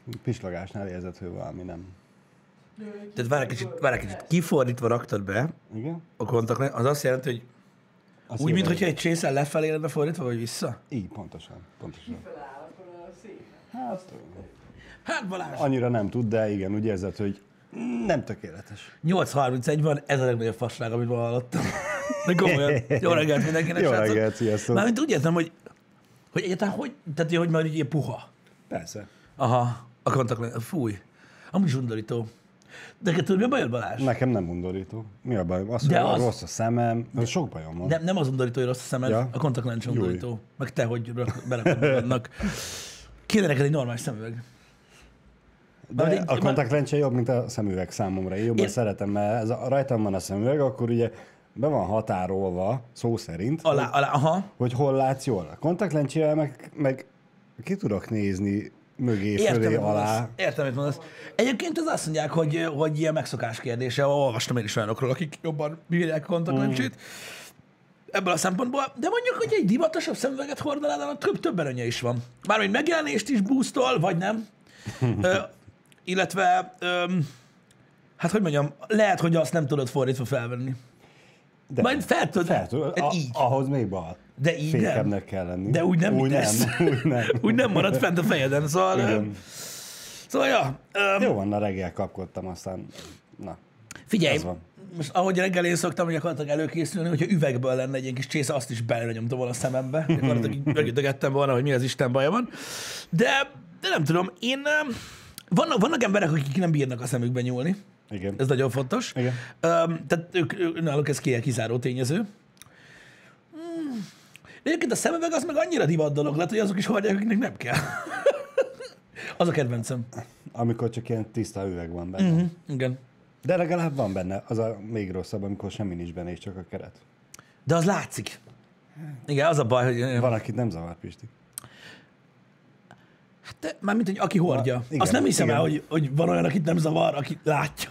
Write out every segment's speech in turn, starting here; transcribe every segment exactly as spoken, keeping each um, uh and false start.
Pislogásnál érzed, hogy valami nem. Tehát várj egy kicsit, várj egy kicsit, kifordítva raktad be Igen? a kontaktlencs, az azt jelenti, hogy Azt úgy, érzed. mintha egy csészel lefelé lenne fordítva, vagy vissza? Így, pontosan. pontosan. Feláll, akkor a szépen. Hát, Hát Balázs! annyira nem tud, de igen, úgy érzed, hogy nem tökéletes. nyolc harmincegy van, ez a legnagyobb fasság, amit ma hallottam. De komolyan. Jó reggelt mindenkinek, Jó srácok. reggelt, sziasztok. Mármint úgy értem, hogy, hogy egyáltalán hogy, tehát hogy majd így ilyen puha. Persze. Aha, a kontaktlencs, fúj. Amúgy zsundorító. De neked tudod, mi a bajod, Balázs? Nekem nem undorító. Mi a baj? Az, De hogy az- rossz a szemem. De... Sok bajom van. Nem, nem az undorító, hogy rossz a szemed, Ja. a kontaktlencs undorító. Meg te, hogy berakod magadnak. Kéne neked egy normális szemüveg. De Már én- a kontaktlencse jobb, mint a szemüveg számomra. Én jobban Én- szeretem, mert ez a, rajtam van a szemüveg, akkor ugye be van határolva, szó szerint, Alá, alá, aha. hogy hol látsz jól. A kontaktlencsével meg, meg ki tudok nézni mögé, Értem, fölé, mit alá. mondasz. Értem, mit mondasz. Egyébként az azt mondják, hogy, hogy ilyen megszokás kérdése. Olvastam én is olyanokról, akik jobban bírják a kontaktlencsét. Mm. Ebből a szempontból. De mondjuk, hogy egy divatosabb szemüveget hordanád, annak több, több előnye is van. Mármint megjelenést is boostol, vagy nem. Ö, illetve, öm, hát hogy mondjam, lehet, hogy azt nem tudod fordítva felvenni. De Majd fel tudod. fel tudod, Hát a, így. ahhoz még bal. De így nem. Fékebbnek kell lenni. De úgy nem, úgy mit nem, tesz. úgy nem. Úgy nem marad fent a fejeden, szóval... Igen. öm, Szóval, ja. öm, Jó van, a reggel kapkodtam, aztán na. Figyelj, Ez van. most ahogy reggel én szoktam gyakorlatilag előkészülni, hogyha üvegből lenne egy ilyen kis csésze, azt is belenyomtam volna a szemembe. Gyakorlatilag így megütögettem volna, hogy mi az Isten baja van. De, de nem tudom, én... öm, Vannak, vannak emberek, akik nem bírnak a szemükbe nyúlni. Igen. Ez nagyon fontos. Igen. Öm, tehát ők, ők, náluk ez ki- kizáró tényező. Hmm. De egyébként a szemüveg az meg annyira divat dolog, lehet, hogy azok is hordják, akiknek nem kell. Az a kedvencem. Amikor csak ilyen tiszta üveg van benne. Uh-huh. Igen. De legalább van benne. Az a még rosszabb, amikor semmi nincs benne, és csak a keret. De az látszik. Igen, az a baj, hogy... Van, akit nem zavar, Pisti. De, mármint, hogy aki hordja. igen, Azt nem hiszem igen. el, hogy, hogy van olyan, akit nem zavar, aki látja.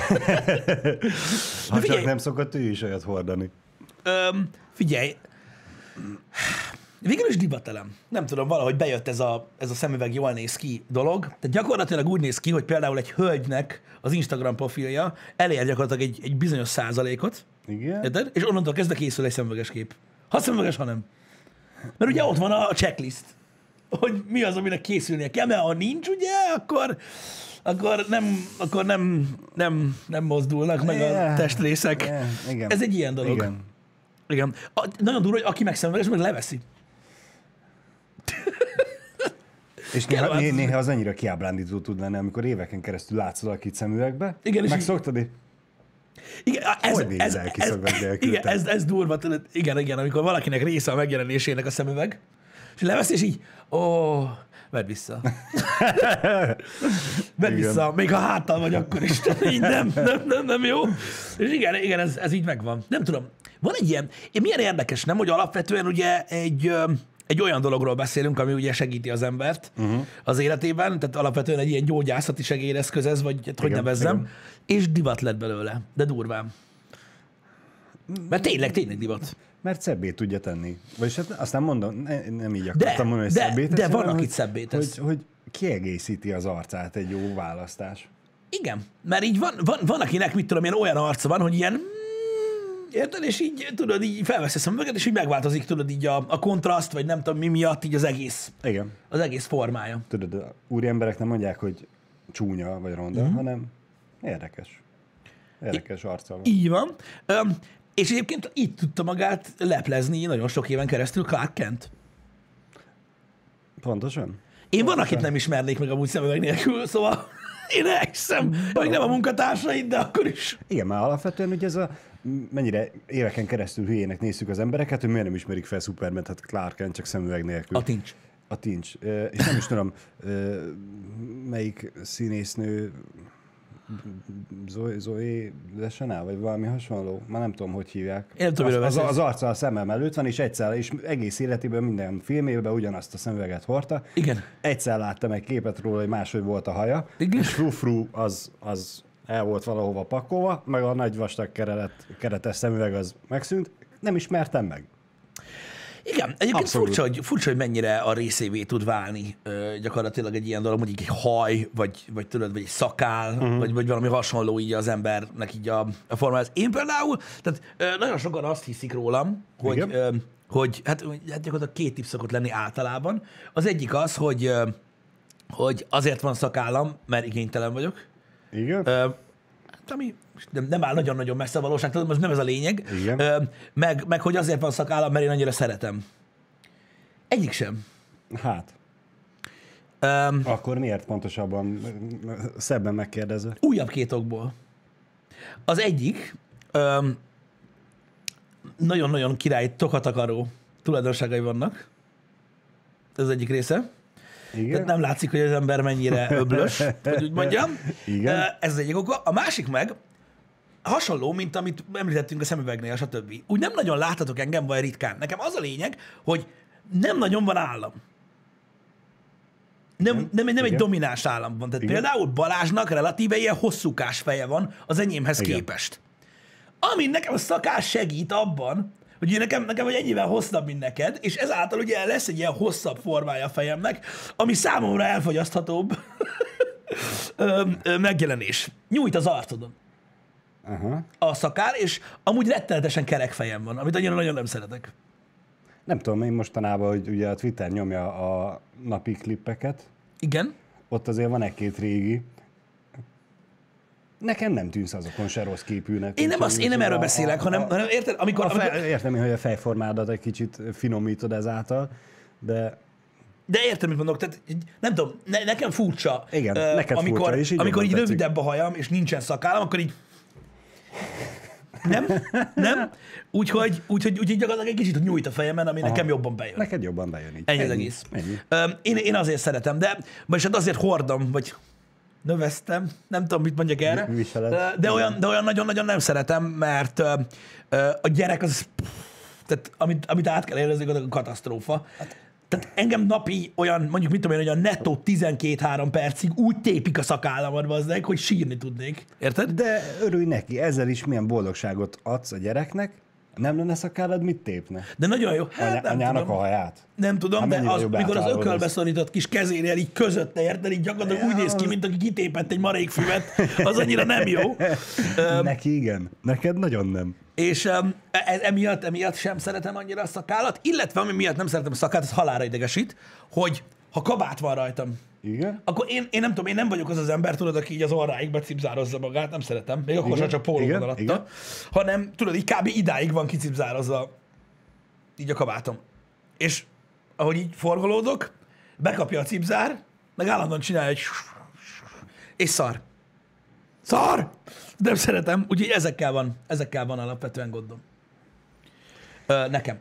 Ha figyelj. csak nem szokott ő is olyat hordani. Öm, figyelj, végül is divatelem. Nem tudom, valahogy bejött ez a, ez a szemüveg jól néz ki dolog. Tehát gyakorlatilag úgy néz ki, hogy például egy hölgynek az Instagram profilja elér gyakorlatilag egy, egy bizonyos százalékot, Igen? érted? És onnantól kezdve készül egy szemüveges kép. Ha szemüveges, ha nem. Mert ugye ott van a checklist, hogy mi az, aminek készülnie kell, mert ha nincs, ugye, akkor, akkor, nem, akkor nem, nem, nem mozdulnak meg a Yeah. testrészek. Yeah, igen. Ez egy ilyen dolog. Igen. Igen. A, nagyon durva, hogy aki meg szemüveges, meg leveszi. És Kell néha, né- változni. néha az annyira kiábrándító tud lenni, amikor éveken keresztül látszol akit szemüvegbe, Igen, és meg így- szoktad, hogy Igen, ez, Hogy ez, nézel ez, ki ez, szögek nélkül, igen, te? ez, ez durva, tudod, igen, igen, amikor valakinek része a megjelenésének a szemüveg, és levesz, és így, ó, vedd vissza. Vedd Igen. vissza, még ha háttal vagy akkor is. Így nem, nem, nem, nem jó. És igen, igen, ez, ez így megvan. Nem tudom, van egy ilyen, milyen érdekes, nem, hogy alapvetően ugye egy, ö, egy olyan dologról beszélünk, ami ugye segíti az embert uh-huh. az életében, tehát alapvetően egy ilyen gyógyászati segédeszköz ez, vagy hát, hogy Igen, nevezzem, igen. és divat lett belőle, de durván. Mert tényleg, tényleg divat. mert szebbé tudja tenni. Vagyis hát azt nem mondom, ne, nem így De, akartam mondani, hogy de, szebbé de tesz, van, hanem, akit hogy, szebbé tesz. hogy, hogy kiegészíti az arcát egy jó választás. Igen, mert így van, van, van, akinek, mit tudom, ilyen olyan arca van, hogy ilyen, mm, érted, és így, tudod, így felvesz a szemüveget, és így megváltozik, tudod, így a, a kontraszt, vagy nem tudom mi miatt, így az egész, Igen. az egész formája. Tudod, a úri emberek nem mondják, hogy csúnya vagy ronda, Mhm. uh-huh. hanem érdekes. Érdekes arca van. Így van. Öm, és egyébként így tudta magát leplezni nagyon sok éven keresztül Clark Kent. Pontosan? Én van, akit nem ismernék meg amúgy szemüveg nélkül, szóval én elhiszem, hogy nem a munkatársaid, de akkor is. Igen, már alapvetően ugye ez a mennyire éveken keresztül hülyének nézzük az embereket, hogy miért nem ismerik fel Superman, hát Clark Kent csak szemüveg nélkül. A tincs. A tincs. Ö, És nem is tudom, ö, melyik színésznő, Zoe, Zoe Deschanel, vagy valami hasonló, már nem tudom, hogy hívják. Én nem tudom, az, miről az, beszélsz. az arca a szemem előtt van, és egyszer, és egész életében minden filmében ugyanazt a szemüveget hordta. Igen. Egyszer láttam egy képet róla, hogy máshogy volt a haja, Igen. és frufru az, az el volt valahova pakolva, meg a nagy vastag keretet, keretes szemüveg az megszűnt, nem ismertem meg. Igen, egyébként Abszolút. furcsa hogy, furcsa, hogy mennyire a részévé tud válni ö, gyakorlatilag egy ilyen dolog, mondjuk egy haj, vagy, vagy tudod, vagy egy szakál, uh-huh. vagy, vagy valami hasonló így az embernek így a, a formája. Én például, tehát ö, nagyon sokan azt hiszik rólam, hogy, ö, hogy hát, hát gyakorlatilag két tipp szokott lenni általában. Az egyik az, hogy, ö, hogy azért van szakállam, mert igénytelen vagyok. Igen? Ö, ami nem, nem áll nagyon-nagyon messze a valóságtól, most nem ez a lényeg. Igen. Ö, meg, meg hogy azért van szakállam, mert én annyira szeretem. Egyik sem. Hát, Ö, akkor miért pontosabban, szebben megkérdezve? újabb két okból. Az egyik, ö, nagyon-nagyon király tokatakaró tulajdonságai vannak. Ez az egyik része. Igen? Tehát nem látszik, hogy az ember mennyire öblös, hogy úgy mondjam. Igen. Ö, Ez az egyik oka. A másik meg, hasonló, mint amit említettünk a szemüvegnél, stb. Úgy nem nagyon láthatok engem, vagy ritkán. Nekem az a lényeg, hogy nem nagyon van állam. Nem, nem, nem egy Igen. domináns állam van. Tehát Igen. például Balázsnak relatíve ilyen hosszúkás feje van az enyémhez Igen. képest. Ami nekem a szakás segít abban, hogy ugye nekem, nekem vagy ennyivel hosszabb, mint neked, és ezáltal ugye lesz egy ilyen hosszabb formája a fejemnek, ami számomra elfogyaszthatóbb ö, ö, megjelenés. Nyújt az arcodon Aha. a szakál, és amúgy rettenetesen kerek fejem van, amit annyira nagyon nem szeretek. Nem tudom, én mostanában, hogy ugye a Twitter nyomja a napi klippeket, Igen? ott azért van egy-két régi. Nekem nem tűnsz azokon se rossz képűnek. Én nem, Úgyhogy azt, én nem erről a- beszélek, a- hanem, a- hanem érted, amikor... A amikor fej, értem én, hogy a fejformádat egy kicsit finomítod ezáltal, de de értem, mit mondok, tehát így, nem tudom, ne, nekem furcsa. Igen, ö, neked amikor, furcsa, és így amikor így jobban tetszik. rövidebb a hajam, és nincsen szakállam, akkor így... Nem? Nem? Úgyhogy, úgyhogy, úgyhogy gyakorlatilag egy kicsit nyújt a fejemen, ami nekem jobban bejön. neked jobban bejön így. Ennyi az egész. Ennyi. Ö, Én, én azért szeretem, de vagyis hát azért hordom, vagy növesztem, nem tudom, mit mondjak erre, Vi- viseled. Ö, de olyan, de olyan nagyon-nagyon nem szeretem, mert ö, ö, a gyerek az, tehát amit, amit át kell érezni, az a katasztrófa. Tehát engem napi olyan, mondjuk mit tudom én, olyan nettó tizenkét-három percig úgy tépik a szakállamat, bazdeg, hogy sírni tudnék. Érted? De örülj neki, ezzel is milyen boldogságot adsz a gyereknek. Nem lenne szakállad, mit tépne? De nagyon jó. Hát, Anya, nem anyának tudom. a haját. Nem tudom, Hát de mennyire az, jobb mikor az átlátod ökölbe ezt? szorított kis kezénél így közötte, érted? Így gyakorlatilag Ja, úgy néz ki, az- mint aki kitépett egy marékfüvet. Az annyira nem jó. Öm, Neki igen, neked nagyon nem. és um, e- emiatt, emiatt sem szeretem annyira a szakállat, illetve ami miatt nem szeretem a szakállat, az halálra idegesít, hogy ha kabát van rajtam, Igen? akkor én, én nem tudom, én nem vagyok az az ember, tudod, aki így az orráig becipzározza magát, nem szeretem, még akkor Igen, sem csak póló igen, van alatta, igen. hanem tudod, így kb. Idáig van kicipzározva így a kabátom. És ahogy így forgolódok, bekapja a cipzár, meg állandóan csinálja egy és szar. Szar! Nem szeretem, úgyhogy ezekkel van, ezekkel van alapvetően gondom. Ö, nekem.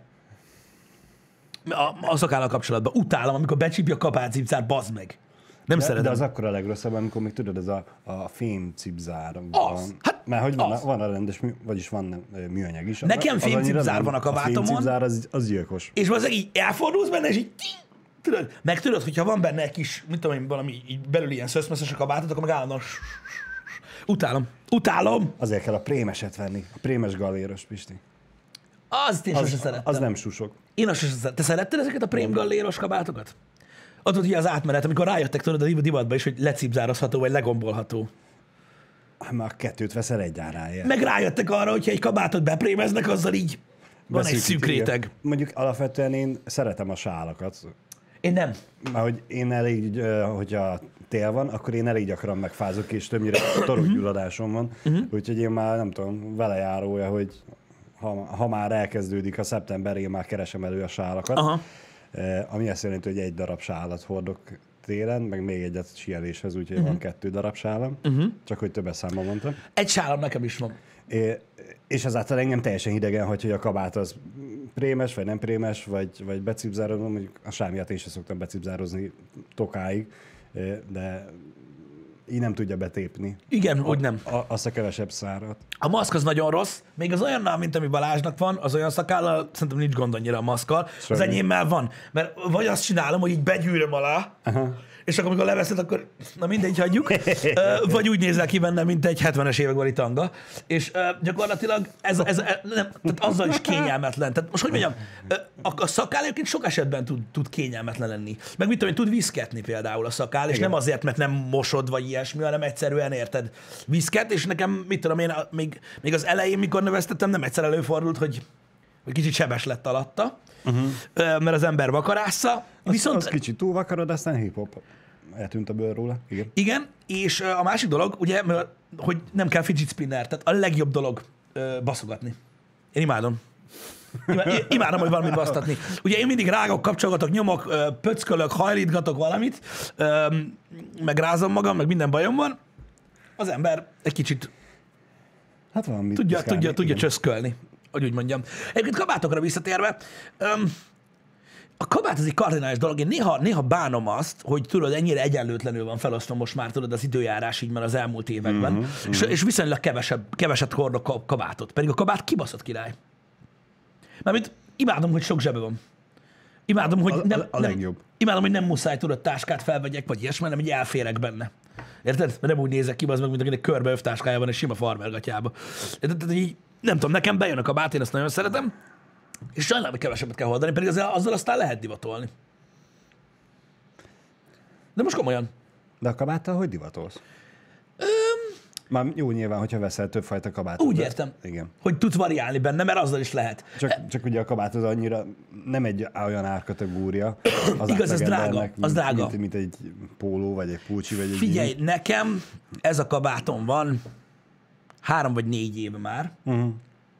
A, a szakállal kapcsolatban. Utálom, amikor becsípja a kabátcipzár, bazd meg. Nem De, szeretem. de az akkor a legrosszabb, amikor még tudod, ez a, a fém cipzár Az. van. Hát, Mert hogy van, az. a, van a rendes, mű, vagyis van ö, műanyag is. Nekem Az fémcipzár annyira nem. van a kabátomon. A fémcipzár az, az gyilkos. És az így elfordulsz benne, és így ting, tudod, meg tudod, hogyha van benne egy kis, mit tudom én, valami így belül ilyen szöszmeszes a kabátot, akkor meg állandóan utálom. Utálom! Azért kell a prémeset venni. A prémes galléros, Pisti. Azt én sosem Az, szerettem. az nem susok. Én azt sosem szerettem. Te szeretted ezeket a prémgalléros kabátokat? Ott volt ugye az átmenet, amikor rájöttek tudod a divatba is, hogy lecipzározható vagy legombolható. Hát már kettőt veszel egy áráért. Meg rájöttek arra, hogyha egy kabátot beprémeznek, azzal így van egy Beszűkíti, szűk igen. réteg. Mondjuk alapvetően én szeretem a sálakat. Én nem. Mert hogy én elég, ö, hogyha tél van, akkor én elég gyakran megfázok, és többnyire torokgyulladásom van. Úgyhogy én már nem tudom, vele járója, hogy ha, ha már elkezdődik a szeptember, én már keresem elő a sálakat. Aha. Eh, ami azt jelenti, hogy egy darab sálat hordok télen, meg még egyet síeléshez, úgyhogy uh-huh. van kettő darab sálam. Uh-huh. Csak hogy többes számban mondtam. Egy sálam nekem is van. É, és ezáltal engem teljesen hidegen hagy, hogy a kabát az prémes, vagy nem prémes, vagy, vagy becipzározom. Mondjuk a sámiát én sem szoktam becipzározni tokáig, eh, de így nem tudja betépni. Igen, úgy nem. A, azt a kevesebb szárat. A maszk az nagyon rossz, még az olyannál, mint ami Balázsnak van, az olyan szakállal, szerintem nincs gond annyira a maszkkal. Az Sajnos. enyémmel van. Mert vagy azt csinálom, hogy így begyűröm alá, Aha. és akkor amikor leveszed, akkor na mindegy, hagyjuk. Vagy úgy nézel ki benne, mint egy hetvenes évekbeli tanga. És gyakorlatilag ez, ez, ez nem, tehát azzal is kényelmetlen. Tehát most hogy mondjam, a, a szakál egyébként sok esetben tud, tud kényelmetlen lenni. Meg mit tudom én, tud viszketni például a szakál, és igen. nem azért, mert nem mosod, vagy ilyesmi, hanem egyszerűen érted viszket, és nekem, mit tudom én, még, még az elején, mikor növesztettem, nem egyszer előfordult, hogy, hogy kicsit sebes lett alatta, uh-huh. mert az ember vakarásza. Az, Viszont... az kicsit túl vakarod, aztán hip-hop. Eltűnt a bőr róla. Igen. Igen, és a másik dolog, ugye, hogy nem kell fidget spinner, tehát a legjobb dolog baszogatni. Én imádom. Imádom, hogy valamit basztatni. Ugye én mindig rágok, kapcsolgatok, nyomok, pöckölök, hajlítgatok valamit, meg rázom magam, meg minden bajom van. Az ember egy kicsit hát van tudja, piszkálni, tudja, tudja csöszkölni, hogy úgy mondjam. Egyébként kabátokra visszatérve, a kabát az egy kardinális dolog. Én néha, néha bánom azt, hogy tudod, ennyire egyenlőtlenül van felosztva most már, tudod, az időjárás így már az elmúlt években, uh-huh, és, uh-huh. és viszonylag kevesebb, keveset hordok kabátot. Pedig a kabát kibaszott király. Mármint imádom, hogy sok zsebe van. Imádom, hogy a, nem, a, a legjobb. Nem, imádom, hogy nem muszáj, tudod, táskát felvegyek, vagy ilyesmi, hanem így elférek benne. Érted? Mert nem úgy nézek ki, az meg, mint akinek körbe övtáskája van, és sima farmergatyába. Tehát így, nem tudom, nekem bejön a kabát, én ezt nagyon szeretem, és sajnálom, hogy kevesebbet kell hordani, pedig azzal, azzal aztán lehet divatolni. De most komolyan. De a kabáttal hogy divatolsz? Öm... Már jó nyilván, hogyha veszel többfajta kabátot. Úgy értem, igen. hogy tudsz variálni benne, mert azzal is lehet. Csak, csak ugye a kabát az annyira nem egy olyan árkategória. Az igaz, az drága. Mint, az drága. Mint, mint egy póló, vagy egy pulcsi, vagy egy... Figyelj, így. nekem ez a kabátom van három vagy négy éve már. Uh-huh.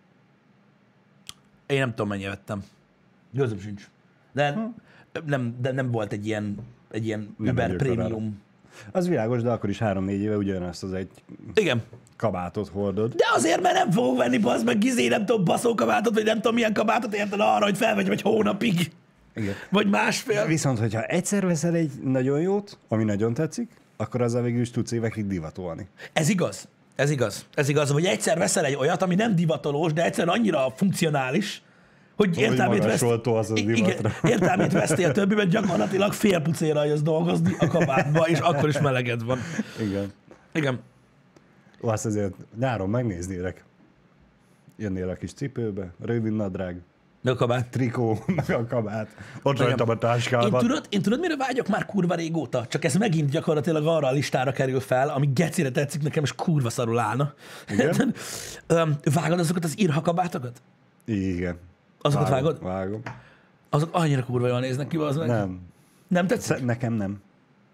Én nem tudom, mennyi vettem. Gőzöm sincs. De, uh-huh. nem, de nem volt egy ilyen, egy ilyen Uber Premium. Az világos, de akkor is három-négy éve ugyanazt az egy igen. kabátot hordod. De azért, mert nem fogok venni, bazd meg gizé, nem tudom, baszókabátot, vagy nem tudom milyen kabátot, érted arra, hogy felvegyem egy hónapig. Igen. Vagy másfél. Viszont, hogyha egyszer veszel egy nagyon jót, ami nagyon tetszik, akkor azzal végül is tudsz évekig divatolni. Ez igaz. Ez igaz. Ez igaz, hogy egyszer veszel egy olyat, ami nem divatolós, de egyszerűen annyira funkcionális, hogy értelmét vesztél. Igen, értelmét vesztél többiben, gyakorlatilag fél pucéra jössz dolgozni a kabátba, és akkor is meleged van. Igen. Igen. Ó, azt azért nyáron megnéznélek. Jönnél a kis cipőbe, rövid nadrág. Meg a kabát. Trikó, meg a kabát. Ott rajtam a táskában. Én tudod, én tudod, mire vágyok már kurva régóta? Csak ez megint gyakorlatilag arra a listára kerül fel, ami gecire tetszik nekem, és kurva szarul állna. Igen? Vágod azokat az irhakabátokat? Igen. Azokat vágom, vágod? Vágom. Azok annyira kurva jól néznek ki, az meg. Nem. Nem tetszik? Nekem nem.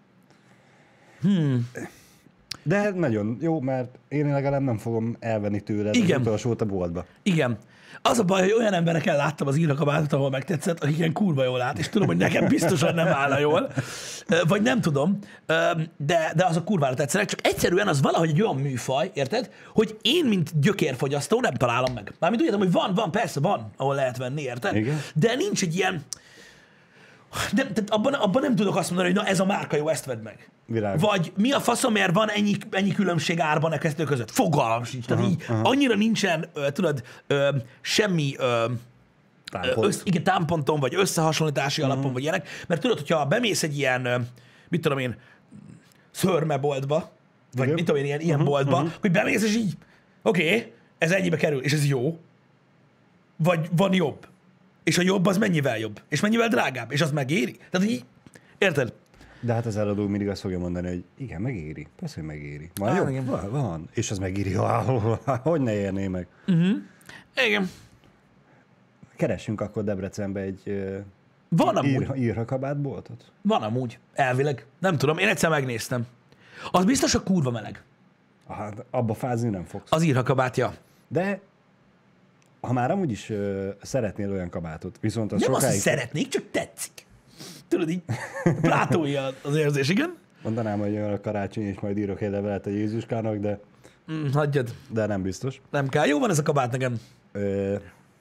Hmm. De nagyon jó, mert én legalább nem fogom elvenni tőled igen. az utolsót a boltba. Igen. Az a baj, hogy olyan embereken láttam az írnakabátot, ahol megtetszett, akik ilyen kurva jól lát, és tudom, hogy nekem biztosan nem állna jól, vagy nem tudom, de, de azok kurvára tetszenek, csak egyszerűen az valahogy egy olyan műfaj, érted, hogy én, mint gyökérfogyasztó nem találom meg. Mármint úgy értem, hogy van, van, persze van, ahol lehet venni, érted? Igen. De nincs egy ilyen... Nem, tehát abban, abban nem tudok azt mondani, hogy na ez a márka jó, ezt vedd meg. Világos. Vagy mi a faszomért van ennyi, ennyi különbség árban a kettő között? Fogalmam sincs. Tehát aha, így aha. annyira nincsen, ö, tudod, ö, semmi ö, Támpont. össz, igen, támponton, vagy összehasonlítási uh-huh. alapon, vagy ilyenek. Mert tudod, hogyha bemész egy ilyen, ö, mit tudom én, szörmeboltba, vagy igen. mit tudom én, ilyen, ilyen uh-huh, boltba, uh-huh. hogy bemész, és így, oké, okay, ez ennyibe kerül, és ez jó, vagy van jobb. És a jobb az mennyivel jobb? És mennyivel drágább? És az megéri? Tehát így, érted? De hát az eladó mindig azt fogja mondani, hogy igen, megéri. Persze, hogy megéri. Van ah, jobb? Igen. Van, van. És az megéri. Hogy ne érné meg? Uh-huh. Igen. Keressünk akkor Debrecenbe egy van amúgy. írhakabátboltot? Van amúgy. Elvileg. Nem tudom. Én egyszer megnéztem. Az biztos a kurva meleg. Hát abba fázni nem fogsz. Az írhakabátja. De ha már amúgy is uh, szeretnél olyan kabátot, viszont az nem sokáig... Nem azt, hogy szeretnék, csak tetszik. Tudod így, plátói az érzés, igen? Mondanám, hogy jön a karácsony, és majd írok egy levelet a Jézuskának, de... Mm, hagyjad. De nem biztos. Nem kell. Jó van ez a kabát nekem. Ö...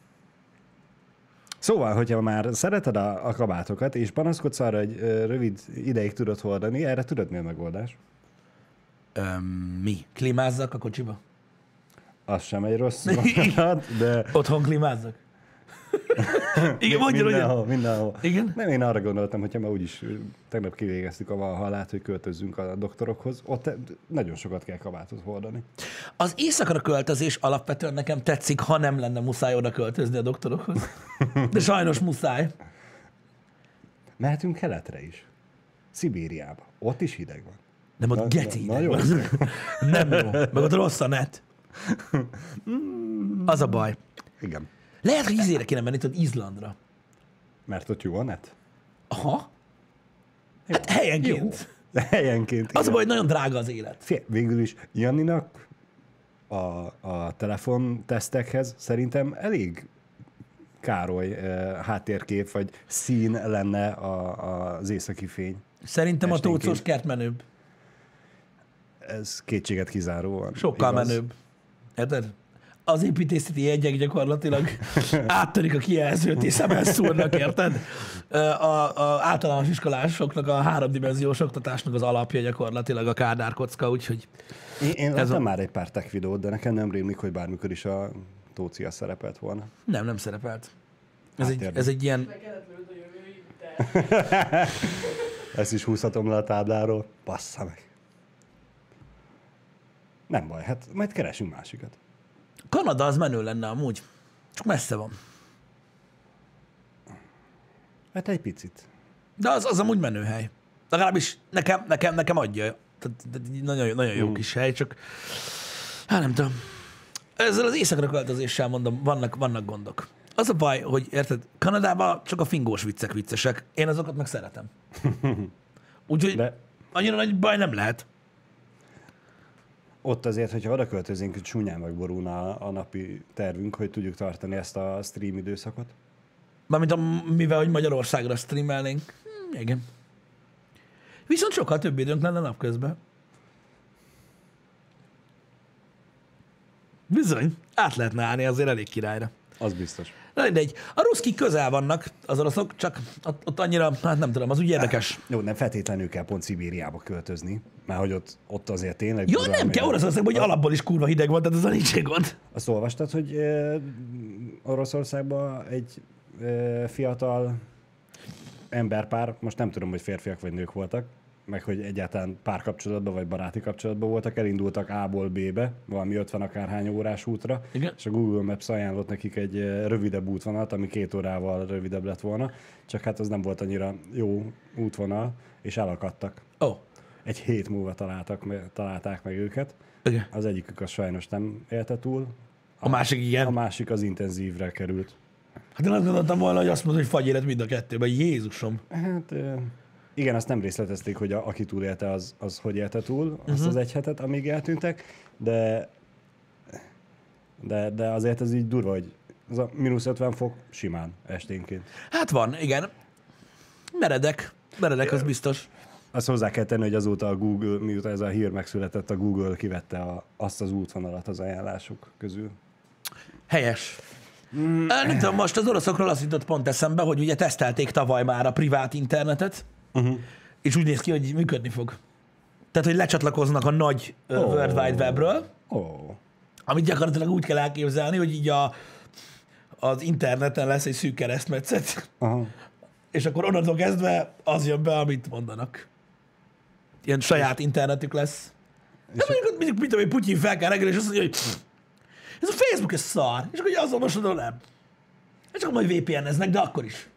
Szóval, hogyha már szereted a, a kabátokat, és panaszkodsz arra, hogy ö, rövid ideig tudod hordani, erre tudod, mi a megoldás? Öm, mi? Klímázzak a kocsiba? Az sem egy rossz mondat, de... Otthon klímázzak? Igen, mondja, mindenhol, hogy... mindenhol. Igen? Nem, én arra gondoltam, hogyha már úgyis tegnap kivégeztük a Valhallát, hogy költözzünk a doktorokhoz, ott nagyon sokat kell kabátot hordani. Az éjszakra költözés alapvetően nekem tetszik, ha nem lenne muszáj oda költözni a doktorokhoz. De sajnos muszáj. Mehetünk keletre is. Szibériába. Ott is hideg van. Nem, ott Na- geci na- hideg nagyon van. Nem jó. Meg ott rossz a net. Az a baj. Igen. Lehet, hogy izére kéne menni, tudod, Izlandra. Mert ott jó a net. Aha. Hát helyenként. De helyenként. Az a igen. baj, hogy nagyon drága az élet. Fél, végül is Janninak a, a telefontesztekhez szerintem elég Károly uh, háttérkép, vagy szín lenne a, az északi fény. Szerintem a Esténként. tócos kert menőbb. Ez kétséget kizáróan. Sokkal igaz. menőbb. Érted? Az építészeti jegyek gyakorlatilag áttörik a kijelzőt, és szemben szúrnak, érted? A, a általános iskolásoknak, a háromdimenziós oktatásnak az alapja gyakorlatilag a Kádár kocka, úgyhogy Én, én Ez láttam a- már egy pár tech videót, de nekem nem rémlik, hogy bármikor is a Tócia szerepelt volna. nem, nem szerepelt. Ez, egy, Háttérben. ez egy ilyen... Be kellett lőd a jövőig, de Ezt is húzhatom le a tábláról. Bassza meg. Nem baj, hát majd keresünk másikat. Kanada az menő lenne amúgy. Csak messze van. Hát egy picit. De az, az amúgy menő hely. Legalábbis nekem, nekem, nekem adja. Tehát, tehát így nagyon, nagyon jó Mm. kis hely, csak hát nem tudom. Ezzel az éjszakra költözéssel mondom, vannak, vannak gondok. Az a baj, hogy érted, Kanadában csak a fingós viccek viccesek. Én azokat meg szeretem. Úgyhogy De annyira nagy baj nem lehet. ott azért, hogyha oda költözünk, hogy csúnyán megborulna a napi tervünk, hogy tudjuk tartani ezt a stream időszakot. Mármint a, mivel, hogy Magyarországra streamelnénk. Hm, igen. Viszont sokkal több időnk lenne napközben. Bizony, át lehetne állni azért elég királyra. Az biztos. Na mindegy, a ruszkik közel vannak, az oroszok, csak ott, ott annyira, hát nem tudom, az úgy érdekes. Jó, nem feltétlenül kell pont Szibériába költözni, mert hogy ott, ott azért tényleg... Jó, durva, nem ami- kell Oroszországban, hogy alapból is kurva hideg van, tehát az a nincs gond. Azt olvastad, hogy e, Oroszországban egy e, fiatal emberpár, most nem tudom, hogy férfiak vagy nők voltak, meg hogy egyáltalán párkapcsolatban vagy baráti kapcsolatban voltak, elindultak A-ból B-be, valami ötven akárhány órás útra, Igen. és a Google Maps ajánlott nekik egy e, rövidebb útvonalat, ami két órával rövidebb lett volna, csak hát az nem volt annyira jó útvonal, és elakadtak. Ó, oh, Egy hét múlva találtak, me- találták meg őket. igen. Az egyikük az sajnos nem élte túl, A másik igen. a másik az intenzívre került. Hát én azt gondoltam volna, hogy azt mondod, hogy fagy élet mind a kettőben. Jézusom. Hát ö, igen, azt nem részletezték, hogy a, aki túlélte, az, az hogy élte túl azt Mhm. az egy hetet, amíg eltűntek, de, de, de azért ez így durva, hogy az a mínusz ötven fok simán esténként. Hát van, igen. Meredek. Meredek, az biztos. Azt hozzá kell tenni, hogy azóta a Google, miután ez a hír megszületett, a Google kivette a, azt az útvonalat az ajánlások közül. Helyes. Mm. Nem tudom, most az oroszokról azt jutott pont eszembe, hogy ugye tesztelték tavaly már a privát internetet, Uh-huh. és úgy néz ki, hogy működni fog. Tehát, hogy lecsatlakoznak a nagy oh. Oh. World Wide Webről, Ó, oh. amit gyakorlatilag úgy kell elképzelni, hogy így a, az interneten lesz egy szűk keresztmetszet, Aha. és akkor onnantól kezdve az jön be, amit mondanak. Ilyen saját internetük lesz. De mondjuk, mondjuk, mit tudom, hogy Putyin fel kell reggel, és azt mondja, hogy ez a Facebook, ez szar. És akkor azon most mondom, nem. És akkor majd vé pé en-eznek, de akkor is.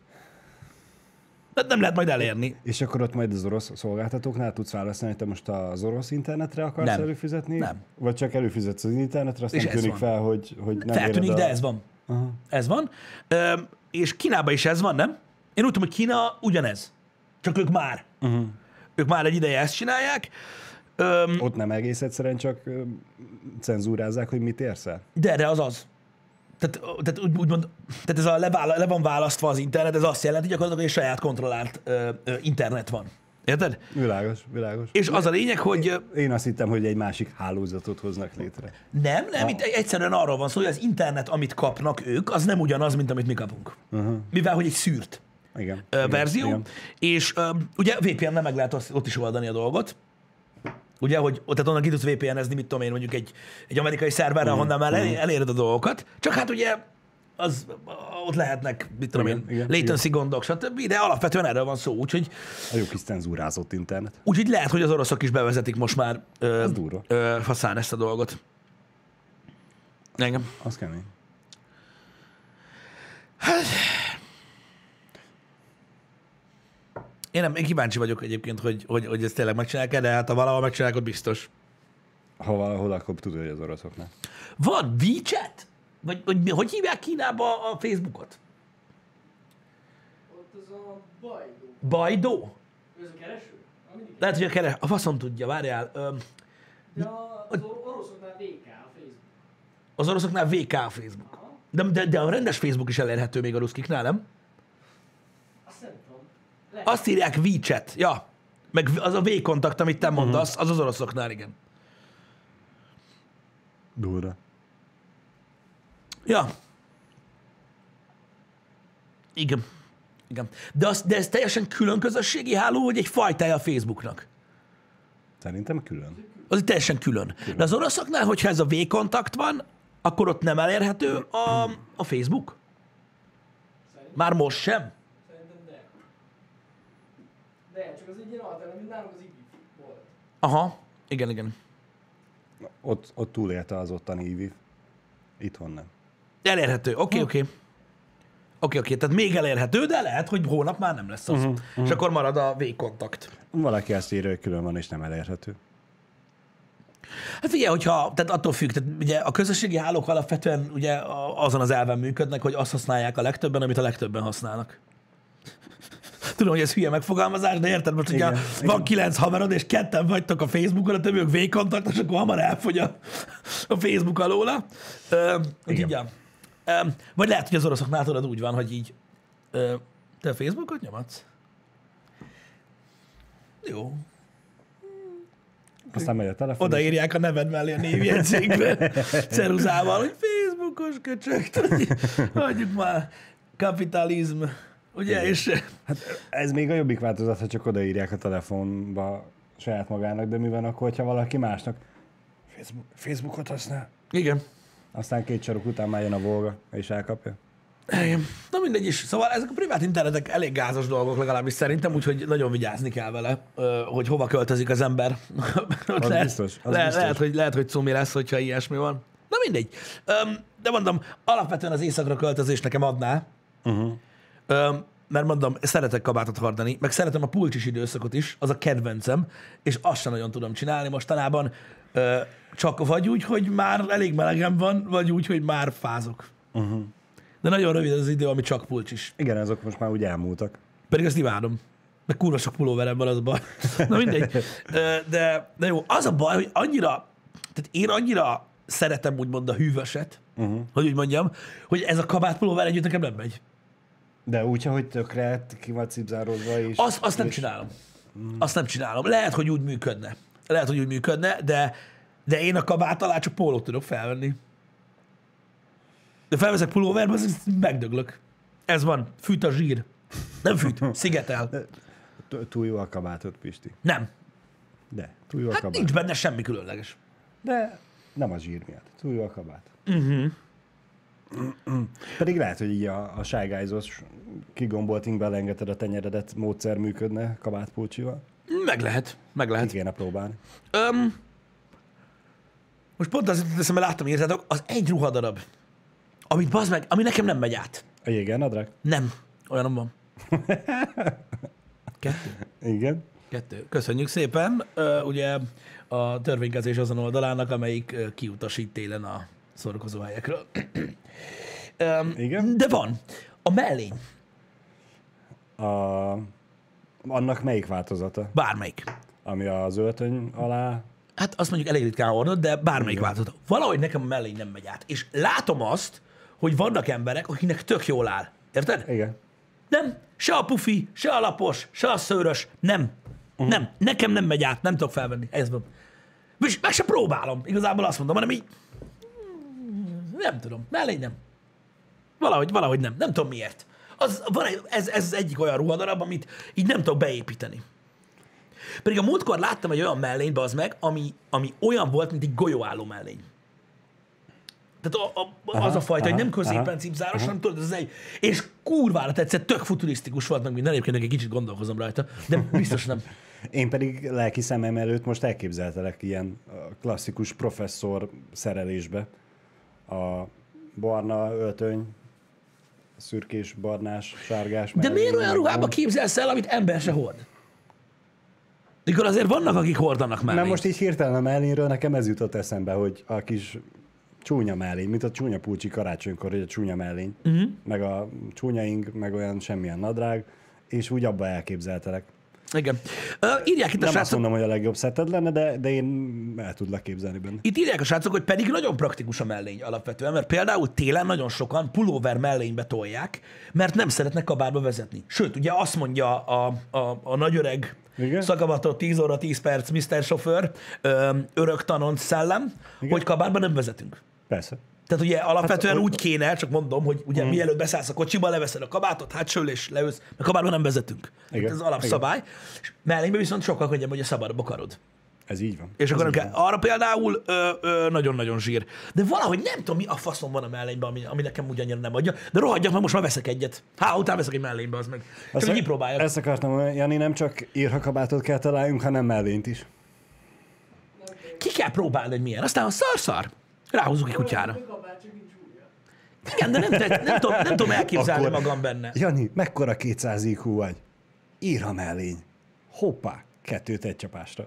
Tehát nem lehet majd elérni. És akkor ott majd az orosz szolgáltatóknál tudsz választani, hogy te most az orosz internetre akarsz Nem. előfizetni? Nem. Vagy csak előfizetsz az internetre, azt És nem ez tűnik van. fel, hogy, hogy nem Feltűnik, éred de a... ez van. Aha. Ez van. Ö, és Kínában is ez van, nem? Én úgy tudom, hogy Kína ugyanez. Csak ők már. Uh-huh. Ők már egy ideje ezt csinálják. Ö, Ott nem egész egyszerűen csak ö, cenzúrázzák, hogy mit érsz el? de erre az az. Tehát, tehát úgy, úgymond, tehát ez a levála, le van választva az internet, ez azt jelenti, hogy gyakorlatilag egy saját kontrollált ö, ö, internet van. Érted? Világos, világos. És az a lényeg, hogy ö, Én azt hittem, hogy egy másik hálózatot hoznak létre. nem, nem, itt egyszerűen arról van szó, hogy az internet, amit kapnak ők, az nem ugyanaz, mint amit mi kapunk. Uh-huh. Mivel, hogy egy szűrt Igen. ö, igen, verzió, igen. és ö, ugye vé pé en-nel meg lehet ott ott is oldani a dolgot. Ugye, hogy tehát onnan ki tudsz vé pé en-ezni, mit tudom én, mondjuk egy, egy amerikai szerverre, Mhm, ahonnan már el, eléred a dolgokat. Csak hát ugye az, ott lehetnek, mit tudom Igen, én, igen, latency gondok, stb. De alapvetően erről van szó, úgyhogy, A jó kis cenzúrázott internet. úgyhogy lehet, hogy az oroszok is bevezetik most már ö, Ez durva. ö, faszán ezt a dolgot. Engem. Az kemény. Én, nem, én kíváncsi vagyok egyébként, hogy, hogy, hogy ezt tényleg megcsinálják, de hát ha valahol megcsinálják, ott biztos. Ha valahol, akkor tudod, hogy az oroszoknál. Van WeChat? Vagy, vagy mi, hogy hívják Kínába a Facebookot? Ott az a bajdó. Bajdó? Ez a kereső? A mindig Lehet, hogy a keres... A faszom tudja, várjál. Öm, De a- az or- oroszoknál vé ká a Facebook. az oroszoknál vé ká a Facebook. De, de, de a rendes Facebook is elérhető még a ruszkiknál, nem? Azt nem tudom. Lehet. Azt írják WeChat. Ja. Meg az a V-kontakt, amit te mondasz, az az oroszoknál, igen. Durva. Ja. Igen. Igen. De, az, de ez teljesen külön közösségi háló, vagy egy fajtája a Facebooknak? Szerintem külön. Az egy teljesen külön. külön. De az oroszoknál, hogyha ez a V-kontakt van, akkor ott nem elérhető a, a Facebook? Már most sem? Szerintem de. De, csak az egy ilyen alternatív, nálunk az igif volt. Aha. Igen, igen. Ott, ott túlélte az ottani ívif. Itthon nem. Elérhető. Oké, okay, oké. Okay. Oké, okay, oké. Okay. Tehát még elérhető, de lehet, hogy hónap már nem lesz az. Uh-huh, uh-huh. És akkor marad a V-kontakt. Valaki ezt írja, hogy külön van és nem elérhető. Hát figyelj, hogyha, tehát attól függ, tehát ugye a közösségi hálók alapvetően ugye a- azon az elven működnek, hogy azt használják a legtöbben, amit a legtöbben használnak. Tudom, hogy ez hülye megfogalmazás, de érted most, hogyha Igen, van igen. kilenc haverod, és ketten vagytok a Facebookon, a többiük V-kontaktos, akkor hamar elfogy a, a Facebook alóla. Ö, így, ja. Ö, vagy lehet, hogy az oroszoknál tudod úgy van, hogy így ö, te a Facebookot nyomadsz? Jó. Aztán megy a telefon. Odaírják a neved mellé a névjegyzékbe, ceruzával, hogy Facebookos köcsög, hagyjuk már, kapitalizm, ugye, Igen. és Hát ez még a jobbik változat, ha csak odaírják a telefonba saját magának, de mi van akkor, hogyha valaki másnak Facebook, Facebookot használ? igen. Aztán két sarok után már jön a Volga, és elkapja. Igen. Na mindegy is. Szóval ezek a privát internetek elég gázos dolgok legalábbis szerintem, úgyhogy nagyon vigyázni kell vele, ö, hogy hova költözik az ember. Ott Az lehet, biztos, az lehet, biztos. lehet, hogy, lehet, hogy cumi lesz, hogyha ilyesmi van. Na mindegy. Öm, de mondom, alapvetően az éjszakra költözés nekem adná, Uh-huh. Öm, mert mondom, szeretek kabátot hordani, meg szeretem a pulcsis időszakot is, az a kedvencem, és azt sem nagyon tudom csinálni mostanában, ö, csak vagy úgy, hogy már elég melegem van, vagy úgy, hogy már fázok. Uh-huh. De nagyon rövid az idő, ami csak pulcsis. Igen, azok most már úgy elmúltak. Pedig ezt imádom. Meg kurva sok pulóverem van, az a baj. Na mindegy. Ö, De, de jó, az a baj, hogy annyira, tehát én annyira szeretem úgymond a hűvöset, Uh-huh. hogy úgy mondjam, hogy ez a kabát pulóver együtt nekem nem megy. De úgy, hogy tökre ki vagy cipzározva is. Azt, azt nem csinálom. Azt nem csinálom. Lehet, hogy úgy működne. Lehet, hogy úgy működne, de, de én a kabát alá csak pólót tudok felvenni. De felveszek pulóverbe, az megdöglök. Ez van. Fűt a zsír. Nem fűt. Szigetel. T- Túl jó a kabátod, Pisti. Nem. De, túl jó a Hát kabát. nincs benne semmi különleges. De nem a zsír miatt. Túl jó a kabát. Uh-huh. Pedig lehet, hogy így a, a Shy Guys-os kigombolting belengeted a tenyeredet módszer működne kabátpulcsival. Meg lehet. Meg Ki lehet. kéne próbálni. Öm, most pont azért teszem, mert láttam, írtátok, az egy ruhadarab, amit bazd meg, ami nekem nem megy át. A jégen Nem. Olyanom van. Kettő. Igen. Kettő. Köszönjük szépen. Ö, ugye a törvénykezés azon oldalának, amelyik ö, kiutasít télen a szórakozó helyekről. Öm, Igen. De van. A mellény. A, annak melyik változata? Bármelyik. Ami az öltöny alá... Hát azt mondjuk elég ritkán hordott, de bármelyik Igen. változat. Valahogy nekem a mellény nem megy át. És látom azt, hogy vannak emberek, akiknek tök jól áll. Érted? Igen. Nem. Se a pufi, se a lapos, se a szőrös. Nem. Uh-huh. Nem. Nekem nem megy át. Nem tudok felvenni. Ez van. És meg se próbálom. Igazából azt mondom, hanem így... Nem tudom. Mellény nem. Valahogy, valahogy nem. Nem tudom miért. Az, van egy, ez, ez az egyik olyan ruhadarab, amit így nem tudok beépíteni. Pedig a múltkor láttam egy olyan mellényt, az meg, ami, ami olyan volt, mint egy golyóálló mellény. Tehát a, a, az a fajta, aha, hogy nem középen aha, cipzáros, hanem tudod, ez egy... És kurvára tetszett, tök futurisztikus volt meg minden, egyébként egy kicsit gondolkozom rajta, de biztos nem. Én pedig lelki szemem előtt most elképzeltelek ilyen klasszikus professzor szerelésbe. A barna öltöny, szürkés, barnás, sárgás. De miért olyan ruhába képzelsz el, amit ember se hord? Mikor azért vannak, akik hordanak mellényt. Mert most így hirtelen a mellényről nekem ez jutott eszembe, hogy a kis csúnya mellény, mint a csúnya pulcsi karácsonykor, hogy a csúnya mellény, uh-huh. meg a csúnya ing, meg olyan semmilyen nadrág, és úgy abba elképzeltelek. Igen. Uh, írják itt a Nem srácok... azt mondom, hogy a legjobb szetted lenne, de, de én el tudlak képzelni benne. Itt írják a srácok, hogy pedig nagyon praktikus a mellény alapvetően, mert például télen nagyon sokan pulóver mellénybe tolják, mert nem szeretnek kabátba vezetni. Sőt, ugye azt mondja a, a, a nagyöreg szakavatott tíz óra tíz perc miszter Sofőr, örök tanonc szellem, igen, hogy kabátba nem vezetünk. Persze. Tehát ugye alapvetően hát, úgy kéne, csak mondom, hogy ugye hmm. mielőtt beszállsz a kocsiba, leveszed a kabátot, hátsó és leülsz, mert kabátban nem vezetünk. Ez az alapszabály. Igen. És mellényben viszont sokkal könnyebb, hogy a szabadba akarod. Ez így van. És Ez akkor így kell. Arra például ö, ö, nagyon-nagyon zsír. De valahogy nem tudom, mi a faszom van a mellényben, ami, ami nekem úgy annyira nem adja. De rohadjak, mert most már veszek egyet. Há, utána veszek egy mellénybe, az meg. Csak hogy kipróbáljak. Ezt akartam, Jani, nem csak írhakabátot kell találjunk, hanem mellényt is. Ki kell próbálni, hogy milyen. Aztán a szar-szar. Ráhúzzuk egy kutyára. Igen, de nem, nem, nem, tudom, nem tudom elképzelni akkor, magam benne. Jani, mekkora kétszáz í kú vagy? Írha mellény. Hoppá, kettőt egy csapásra.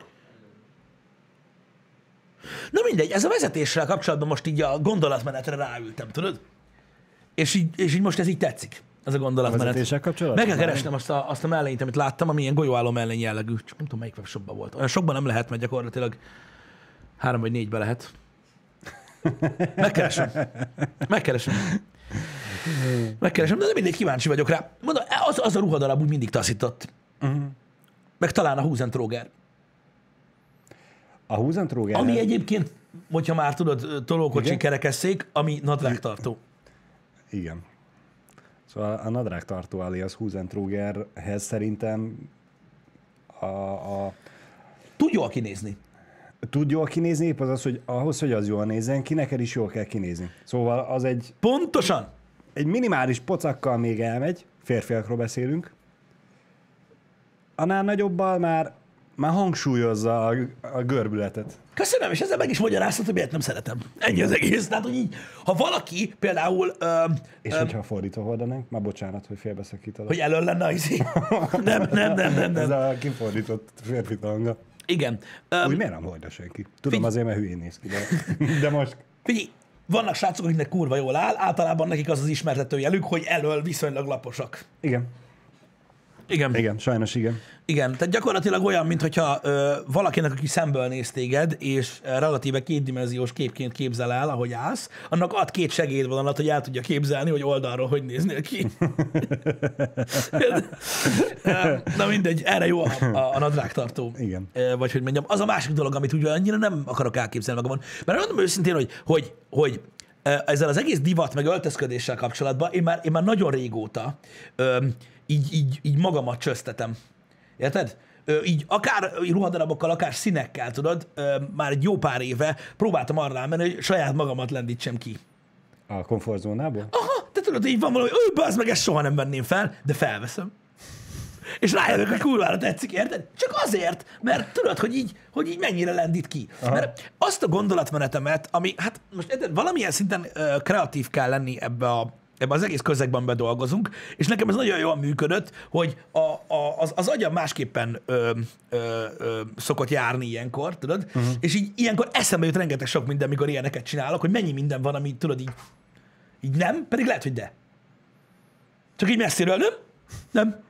Na mindegy, ez a vezetéssel kapcsolatban most így a gondolatmenetre ráültem, tudod? És így, és így most ez így tetszik, ez a gondolatmenet. A vezetéssel kapcsolatban? Meg kell keresnem azt a, azt a mellényt, amit láttam, ami ilyen golyóálló mellény jellegű. Csak nem tudom, melyik webshopban volt. Olyan sokban nem lehet, mert gyakorlatilag három vagy négybe lehet. Megkeresem. Megkeresem. Megkeresem, de mindig kíváncsi vagyok rá. Mondom, az, az a ruhadarab úgy mindig taszított. Uh-huh. Meg talán a Husentróger. A Husentróger? Ami egyébként, hogyha már tudod, tolókocsi kerekesszék, ami nadrágtartó. Igen. Szóval a nadrágtartó alias Husentrógerhez szerintem a, a... tud jól kinézni. Tud jól kinézni, épp az az, hogy ahhoz, hogy az jól nézzen ki, neked is jól kell kinézni. Szóval az egy... Pontosan! Egy minimális pocakkal még elmegy, férfiakról beszélünk. Annál nagyobbal már, már hangsúlyozza a, a görbületet. Köszönöm, és ezzel meg is magyaráztat, hogy miért nem szeretem. Ennyi az egész. Tehát, hogy így, ha valaki például... Ö, és ö, hogyha fordítva hordanánk, már bocsánat, hogy félbeszakítalak. Hogy elől lenne az izé. Nem, nem, nem, nem, nem. Ez a kifordított férfi tanga. Igen. Úgy um, miért nem hordja senki? Tudom, figy- azért, mert hülyén néz ki, de, de most... Figyelj, vannak srácok, akiknek kurva jól áll, általában nekik az az ismertetőjelük, hogy elől viszonylag laposak. Igen. Igen. Igen, sajnos igen. Igen, tehát gyakorlatilag olyan, mintha ö, valakinek, aki szemből néz téged, és relatíve kétdimenziós képként képzel el, ahogy állsz, annak ad két segédvonalat, hogy el tudja képzelni, hogy oldalról hogy néznél ki. Na mindegy, erre jó a, a, a nadrágtartó. Igen. Vagy hogy mondjam, az a másik dolog, amit ugye annyira nem akarok elképzelni magamon. Mert mondom őszintén, hogy, hogy, hogy ezzel az egész divat meg öltözködéssel kapcsolatban én már, én már nagyon régóta ö, így, így, így magamat csöztetem. Érted? Ö, így akár ruhadarabokkal, akár színekkel, tudod, ö, már egy jó pár éve próbáltam arra rámenni, hogy saját magamat lendítsem ki. A komfortzónából? Aha, te tudod, így van valami, hogy bazd meg, ezt soha nem venném fel, de felveszem. És rájövök, hogy kurvára tetszik, érted? Csak azért, mert tudod, hogy így, hogy így mennyire lendít ki. Aha. Mert azt a gondolatmenetemet, ami, hát most érted, valamilyen szinten ö, kreatív kell lenni ebbe, a, ebbe az egész közegben bedolgozunk, és nekem ez nagyon jól működött, hogy a, a, az, az agyam másképpen ö, ö, ö, szokott járni ilyenkor, tudod? Uh-huh. És így ilyenkor eszembe jut rengeteg sok minden, mikor ilyeneket csinálok, hogy mennyi minden van, ami tudod így, így nem, pedig lehet, hogy de. Csak így messziről, nem? Nem.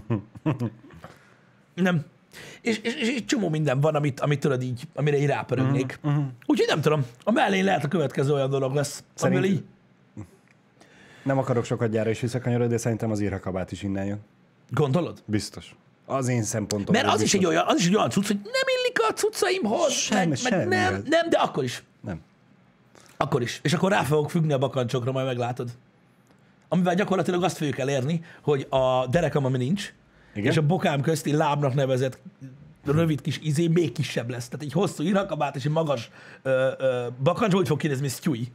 Nem. És, és, és egy csomó minden van, amit, amit tudod így, amire így rápörögnék. Uh-huh. Úgyhogy nem tudom, a mellén lehet a következő olyan dolog lesz, Szerint... amivel így... Nem akarok sokat gyára is visszakanyarodni, de szerintem az írhakabát is innen jön. Gondolod? Biztos. Az én szempontom. Mert az biztos. is, egy olyan, az is egy olyan cucc, hogy nem illik a cuccaimhoz. Semmi, meg, semmi. meg nem, nem, de akkor is. Nem. Akkor is. És akkor rá fogok függni a bakancsokra, majd meglátod. Amivel gyakorlatilag azt fogjuk elérni, hogy a derekam, ami nincs, igen? És a bokám közti lábnak nevezett rövid kis izé még kisebb lesz. Tehát egy hosszú irkabát és egy magas ö, ö, bakancs, úgy fog kinézni, mint Stewie.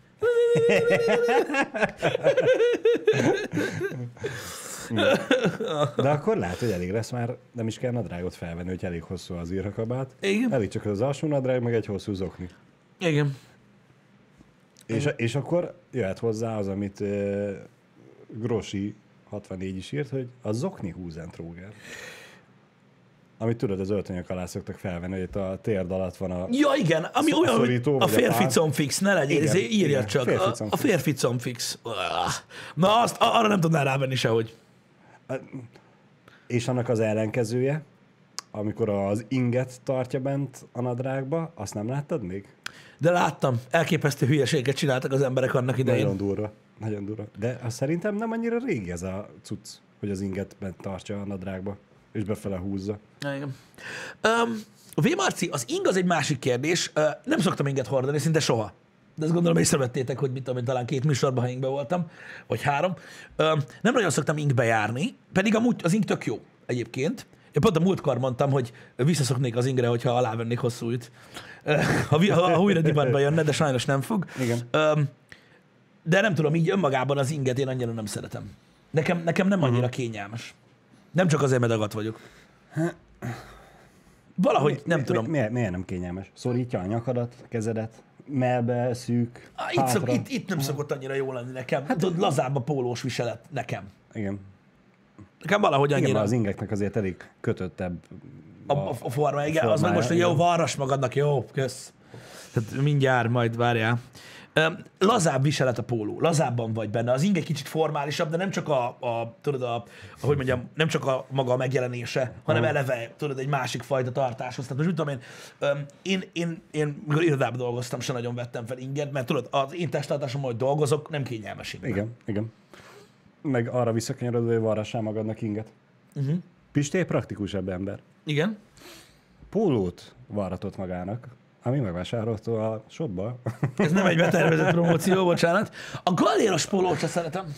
De akkor lehet, hogy elég lesz már, nem is kell nadrágot felvenni, hogy elég hosszú az írkabát. Igen. Elég csak az alsó nadrág, meg egy hosszú zokni. Igen. És, és akkor jöhet hozzá az, amit uh, Grossi hatvannégy is írt, hogy a zokni húzentróger. Amit tudod, az öltönyök alá szoktak felvenni, hogy itt a térd alatt van a... Ja, igen, ami olyan, hogy a férfi combfix, ne legyél, Igen, írja igen, csak. férfi A, a férfi combfix. Na, azt, arra nem tudnál rávenni sehogy. És annak az ellenkezője, amikor az inget tartja bent a nadrágba, azt nem láttad még? De láttam, elképesztő hülyeséget csináltak az emberek annak idején. Nagyon durva, nagyon durva. De azt szerintem nem annyira régi ez a cucc, hogy az inget bent tartsa a nadrágba, és befele húzza. Igen. Um, V. Marci, az ing az egy másik kérdés. Uh, nem szoktam inget hordani, szinte soha. De ezt gondolom észrevettétek, hogy mit tudom én, talán két műsorban, ha ingbe voltam, vagy három. Um, nem nagyon szoktam ingbe járni, pedig amúgy az ing tök jó egyébként. Én pont a múltkor mondtam, hogy visszaszoknék az ingre, hogyha alávennék hosszúit. Uh, ha, ha, ha újra divatba jönne, de sajnos nem fog. Igen. Um, de nem tudom, így önmagában az inget én annyira nem szeretem. Nekem, nekem nem annyira uh-huh. kényelmes. Nem csak azért, mert dagat vagyok. Valahogy mi, nem mi, tudom. Mi, miért, miért nem kényelmes? Szorítja a nyakadat, a kezedet, melbe, szűk, Ah, itt, szok, itt, itt nem szokott annyira jó lenni nekem. Hát tudod, lazább a pólós viselet nekem. Igen. Nekem valahogy annyira. Igen, az ingeknek azért elég kötöttebb A, a, a forma, igen. Az meg most, hogy jó, varras magadnak, jó, kösz. Tehát mindjárt, majd várjál. Lazább viselet a póló, lazábban vagy benne. Az ing egy kicsit formálisabb, de nem csak a, a tudod, a, ahogy mondjam, nem csak a maga a megjelenése, hanem eleve, tudod, egy másik fajta tartáshoz. Tehát most tudom én, én, én, én mikor irodában dolgoztam, se nagyon vettem fel inget, mert tudod, az én testtartásom, hogy dolgozok, nem kényelmes ingben. Igen, igen. Meg arra visszakanyarodva, hogy varrassál magadnak inget. Uh-huh. Pisti praktikusabb ember. Igen. Pólót varratott magának, ami megvásárolta a shopba. Ez nem egy betervezett promóció, bocsánat. A galléros pólót sem szeretem.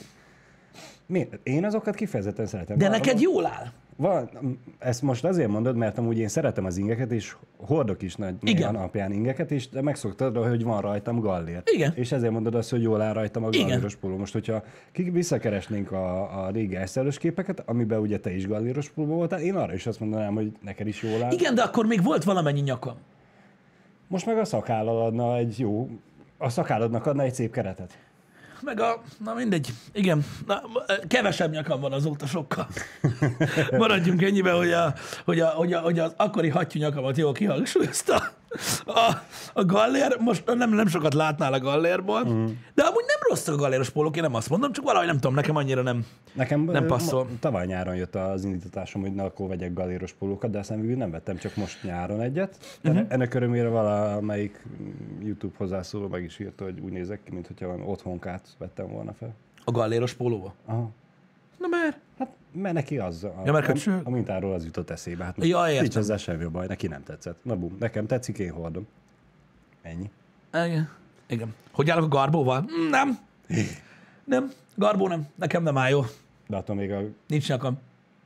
Mi? Én azokat kifejezetten szeretem. De van, neked van, jól áll. Van, ezt most azért mondod, mert amúgy én szeretem az ingeket, és hordok is nagy néha napján ingeket, és de megszoktad, hogy van rajtam gallér. Igen. És ezért mondod azt, hogy jól áll rajtam a Igen. galléros póló. Most, hogyha visszakeresnénk a, a régi eszelős képeket, amiben ugye te is galléros póló voltál, én arra is azt mondanám, hogy neked is jól áll. Igen, de akkor még volt valamennyi nyakam. Most meg a szakállal adna egy jó, a szakálladnak adna egy szép keretet. Meg a, na mindegy, igen, na, kevesebb nyakam van azóta sokkal. Maradjunk ennyiben, hogy, a, hogy, a, hogy, a, hogy az akkori hattyú nyakamat jól kihangsúlyozta. A, a gallér, most nem, nem sokat látnál a gallérból, mm. de amúgy nem rossz a galléros pólók, én nem azt mondom, csak valahogy nem tudom, nekem annyira nem, nekem nem passzol. Ma, tavaly nyáron jött az indítatásom, hogy na, akkor vegyek galléros pólókat, de aztán végül nem vettem, csak most nyáron egyet. Uh-huh. Ennek örömére valamelyik YouTube hozzászóló meg is írta, hogy úgy nézek ki, mintha van otthonkát vettem volna fel. A galléros pólóba? Aha. Na mert? Hát, mert neki az, a, ja, mert a, a mintáról az jutott eszébe. Hát ja, nincs ezzel semmi baj, neki nem tetszett. Na bum, nekem tetszik, én hordom. Ennyi. Igen. Igen. Hogy állok a garbóval? Nem. Nem. Garbó nem. Nekem nem áll jó. De attól még a... Nincs nyakam.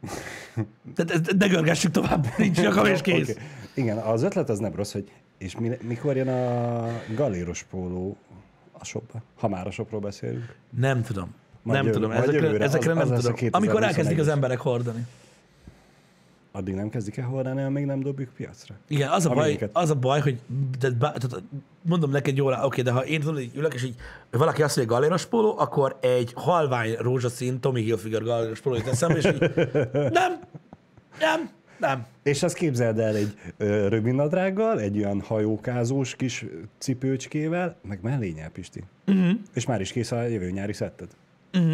Tehát ne görgessük tovább. Nincs nyakam és kész. Okay. Igen, az ötlet az nem rossz, hogy és mi, mikor jön a galléros póló a shopba? Ha már a shopról beszélünk. Nem tudom. Majd nem jövő, tudom. Ezekre, jövőre, ezekre az, nem az tudom. Amikor elkezdik az emberek hordani. Addig nem kezdik el hordani, amíg nem dobjuk piacra. Igen, az a, baj, Amiket... az a baj, hogy de, tehát, mondom neked jól, oké, de ha én tudom, hogy ülök, és így valaki azt mondja, galléros póló, akkor egy halvány rózsaszín Tommy Hilfiger galléros póló jut eszembe, és így nem, nem, nem. És azt képzeld el egy ö, rövidnadrággal, egy olyan hajókázós kis cipőcskével, meg mellényel, Pisti. Uh-huh. És már is kész a jövő nyári szetted. Uh-huh.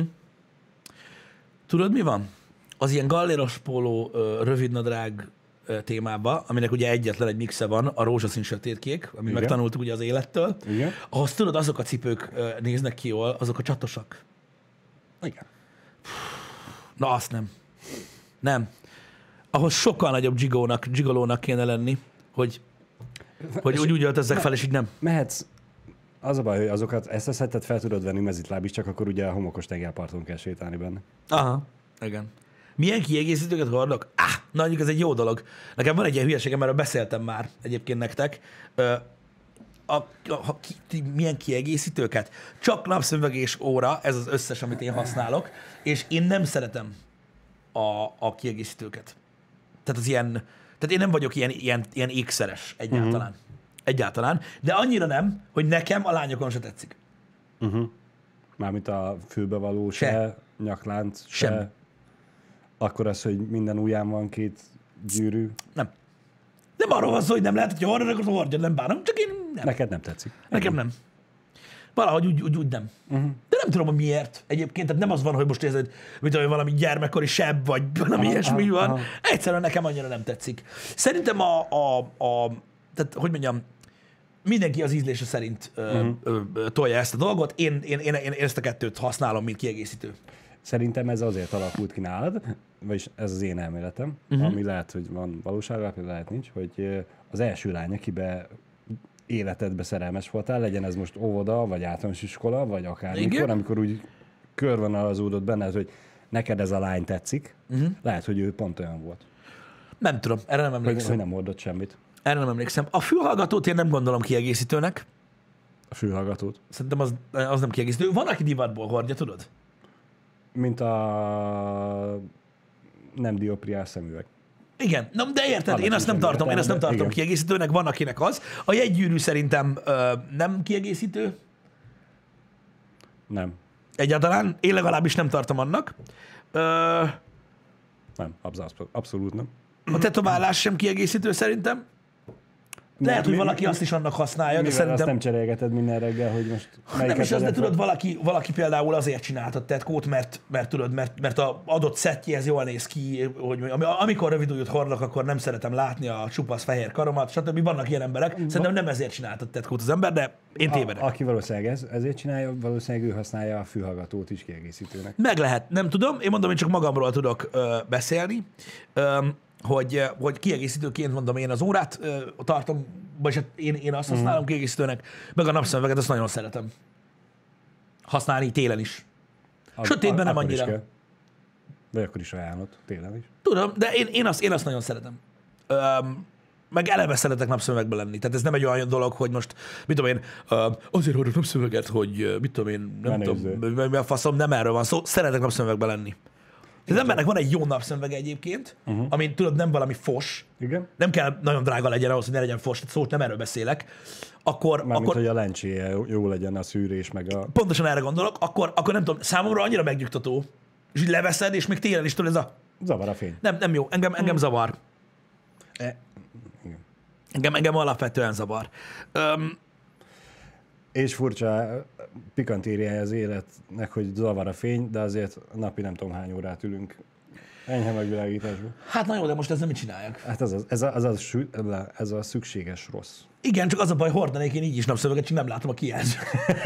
Tudod, mi van? Az ilyen galléros póló ö, rövidnadrág ö, témába, aminek ugye egyetlen egy mixe van, a rózsaszín sötétkék, amit igen. megtanultuk ugye az élettől. Igen. Ahhoz tudod, azok a cipők ö, néznek ki jól, azok a csatosak. Igen. Na azt nem. Nem. Ahhoz sokkal nagyobb gigónak, gigolónak kéne lenni, hogy, hogy úgy, úgy öltözzek fel, és így nem. Mehetsz. Az a baj, hogy azokat, ezt a szettet fel tudod venni mezitláb is, csak akkor ugye a homokos tengerparton kell sétálni benne. Aha, igen. Milyen kiegészítőket hordok? Á, na mondjuk ez egy jó dolog. Nekem van egy ilyen hülyeségem, erről beszéltem már egyébként nektek. Ö, a, a, a, ki, milyen kiegészítőket? Csak napszemüveg és óra, ez az összes, amit én használok, és én nem szeretem a, a kiegészítőket. Tehát az ilyen, tehát én nem vagyok ilyen, ilyen, ilyen ékszeres egyáltalán. Uh-huh. Egyáltalán, de annyira nem, hogy nekem a lányokon se tetszik. Uh-huh. Mármint a fülbevaló se, Se. nyaklánc se. Sem. Akkor az, hogy minden ujján van két gyűrű. Nem. Nem arról van szó, hogy nem lehet, hogy hordod, akkor hordjad, nem bánom, csak én nem. Neked nem tetszik. Nekem nem. Valahogy úgy, úgy, úgy nem. Uh-huh. De nem tudom, hogy miért egyébként. Tehát nem az van, hogy most érzed, mint hogy valami gyermekkori sebb, vagy valami Aha, ilyesmi aha, van. aha. Egyszerűen nekem annyira nem tetszik. Szerintem a, a, a tehát hogy mondjam, mindenki az ízlése szerint ö, uh-huh. ö, ö, tolja ezt a dolgot. Én, én, én, én ezt a kettőt használom, mint kiegészítő. Szerintem ez azért alakult ki nálad, vagyis ez az én elméletem, uh-huh. ami lehet, hogy van valósággal, például lehet nincs, hogy az első lány, akibe életedbe szerelmes voltál, legyen ez most óvoda, vagy általános iskola, vagy akármikor, amikor úgy körvonalazódott benned, hogy neked ez a lány tetszik, uh-huh. lehet, hogy ő pont olyan volt. Nem tudom, erre nem Hogy, emlékszem. hogy nem hordott semmit. Erre nem emlékszem. A fülhallgatót én nem gondolom kiegészítőnek. A fülhallgatót. Szerintem az, az nem kiegészítő. Van, aki divatból hordja, tudod? Mint a nem diopriás szemüveg. Igen, na, de érted, Annak én azt is nem egy tartom, én azt nem értelme, tartom igen. kiegészítőnek, van akinek az. A jegygyűrű szerintem ö, nem kiegészítő Nem. egyáltalán, én legalábbis nem tartom annak. Ö, Nem, abszolút, abszolút nem. a tetoválás sem kiegészítő szerintem. Lehet, hogy Mi- valaki mi- azt is annak használja, de Mivel szerintem... azt nem cserélgeted minden reggel, hogy most Nem melyiket is az, de vegyed tudod, fel? valaki, valaki például azért csinált a tetkót, mert, mert tudod, mert, mert a adott szettjéhez jól néz ki, hogy ami- amikor rövid ujjat hordok, akkor nem szeretem látni a csupasz fehér karomat, stb. Vannak ilyen emberek. Szerintem nem ezért csinált a tetkót az ember, de én tévedek. A, aki valószínűleg ez, ezért csinálja, valószínűleg ő használja a fülhallgatót is kiegészítőnek. Meg lehet, nem tudom. Én mondom, én csak magamról tudok ö, beszélni, ö, hogy, ö, hogy kiegészítőként mondom, én az órát ö, tartom, vagy hát én, én azt használom uh-huh. kiegészítőnek, meg a napszemüveget, azt nagyon szeretem használni télen is. Az- Sötétben nem akkor is annyira. kell. Vagy akkor is ajánlott, télen is. Tudom, de én, én, azt, én azt nagyon szeretem. Öm, meg eleve szeretek napszemüvegben lenni. Tehát ez nem egy olyan dolog, hogy most, mit tudom én, ö, azért hordok napszemüveget, hogy ö, mit tudom én, nem Ne tudom, nézzél. mi mi a faszom, nem erről van szó, szeretek napszemüvegben lenni. Az embernek van egy jó napszemüvege egyébként, uh-huh. ami tudod, nem valami fos, Igen? nem kell nagyon drága legyen ahhoz, hogy ne legyen fos, tehát szóval nem erről beszélek, akkor, Mármint, akkor hogy a lencséje jó legyen a szűrés, meg a... pontosan erre gondolok, akkor, akkor nem tudom, számomra annyira megnyugtató, és így leveszed, és még télen is tudod, ez a... Zavar a fény. Nem, nem jó, engem, engem zavar. E, igen. Engem, engem alapvetően zavar. Öm, És furcsa pikantériája az életnek, hogy zavar a fény, de azért napi nem tudom hány órát ülünk enyhe megvilágításban. hát na jó, de most ezzel mit csináljak? Hát ez az, ez a, ez a, sü- ez a szükséges rossz. Igen, csak az a baj, hordanék én így is napszemüveget, csak nem látom a kijelzőt.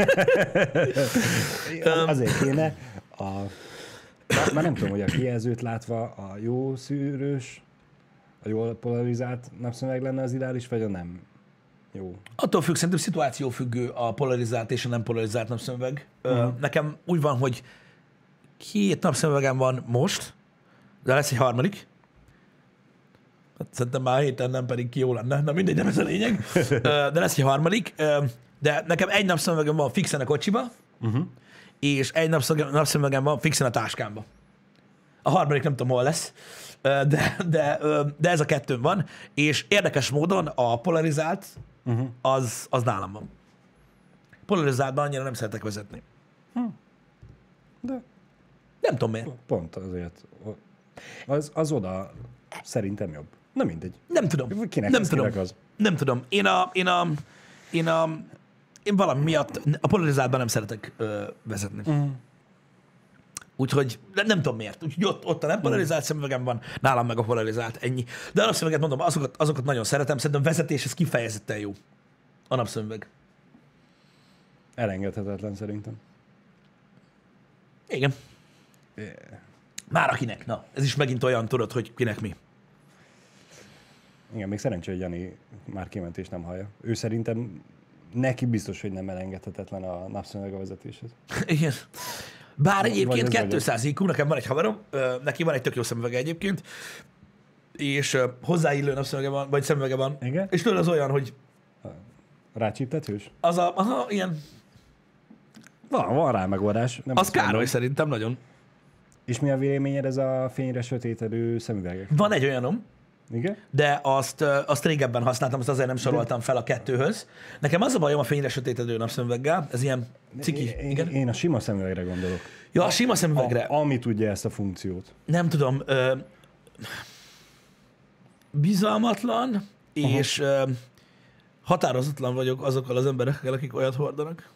Az, azért kéne a... Már, már nem tudom, hogy a kijelzőt látva a jó szűrős, a jól polarizált napszemüveg lenne az ideális, vagy a nem jó. Attól függ, szerintem szituáció függő a polarizált és a nem polarizált napszemüveg. Uh-huh. Nekem úgy van, hogy két napszemüvegem van most, de lesz egy harmadik. Hát szerintem már héten nem, pedig ki jó lenne. Na mindegy, nem ez a lényeg. Ö, de lesz egy harmadik. Ö, De nekem egy napszemüvegem van fixen a kocsiba, uh-huh. és egy napszemüvegem napszemüvegem van fixen a táskámba. A harmadik nem tudom, hol lesz, Ö, de, de, ö, de ez a kettőm van, és érdekes módon a polarizált uh-huh. az, az nálam van. Polarizáltban annyira nem szeretek vezetni. De Nem tudom miért. pont azért. Az, az oda szerintem jobb. Na mindegy. Nem tudom. Kinek nem az, tudom. kinek az? Nem tudom. Én a, én a, én a, én valami miatt a polarizáltban nem szeretek ö, vezetni. Mm. Úgyhogy nem, nem tudom miért. Úgyhogy ott, ott a nem polarizált szemüvegem van, nálam meg a polarizált, ennyi. De a napszemüveget mondom, azokat, azokat nagyon szeretem, szerintem vezetés, ez kifejezetten jó. A napszemüveg. Elengedhetetlen szerintem. Igen. Yeah. Már akinek. Na, ez is megint olyan, tudod, hogy kinek mi. Igen, még szerencsé, hogy Jani már kiment és nem hallja. Ő szerintem neki biztos, hogy nem elengedhetetlen a napszemüveg a vezetéshez. Igen. Bár Vagy egyébként ez vagy kétszáz i kú, nekem van egy haverom, ö, neki van egy tök jó szemüvege egyébként, és ö, hozzáillő napszemüvege van, vagy szemüvege van, Igen? és tőle az olyan, hogy Rácsíptetős? az a, aha, ilyen, Van, van rá megoldás. Nem az azt mondom. Károly szerintem nagyon. És mi a véleményed ez a fényre sötétedő szemüvegek? Van egy olyanom, Igen? de azt, ö, azt régebben használtam, azt azért nem soroltam fel a kettőhöz. Nekem az a bajom a fényre sötétedő napszemüveggel, ez ilyen ciki. Én, Igen? én a sima szemüvegre gondolok. Ja, a sima szemüvegre. A, ami tudja ezt a funkciót. Nem tudom, ö, bizalmatlan, és ö, határozatlan vagyok azokkal az emberekkel, akik olyat hordanak.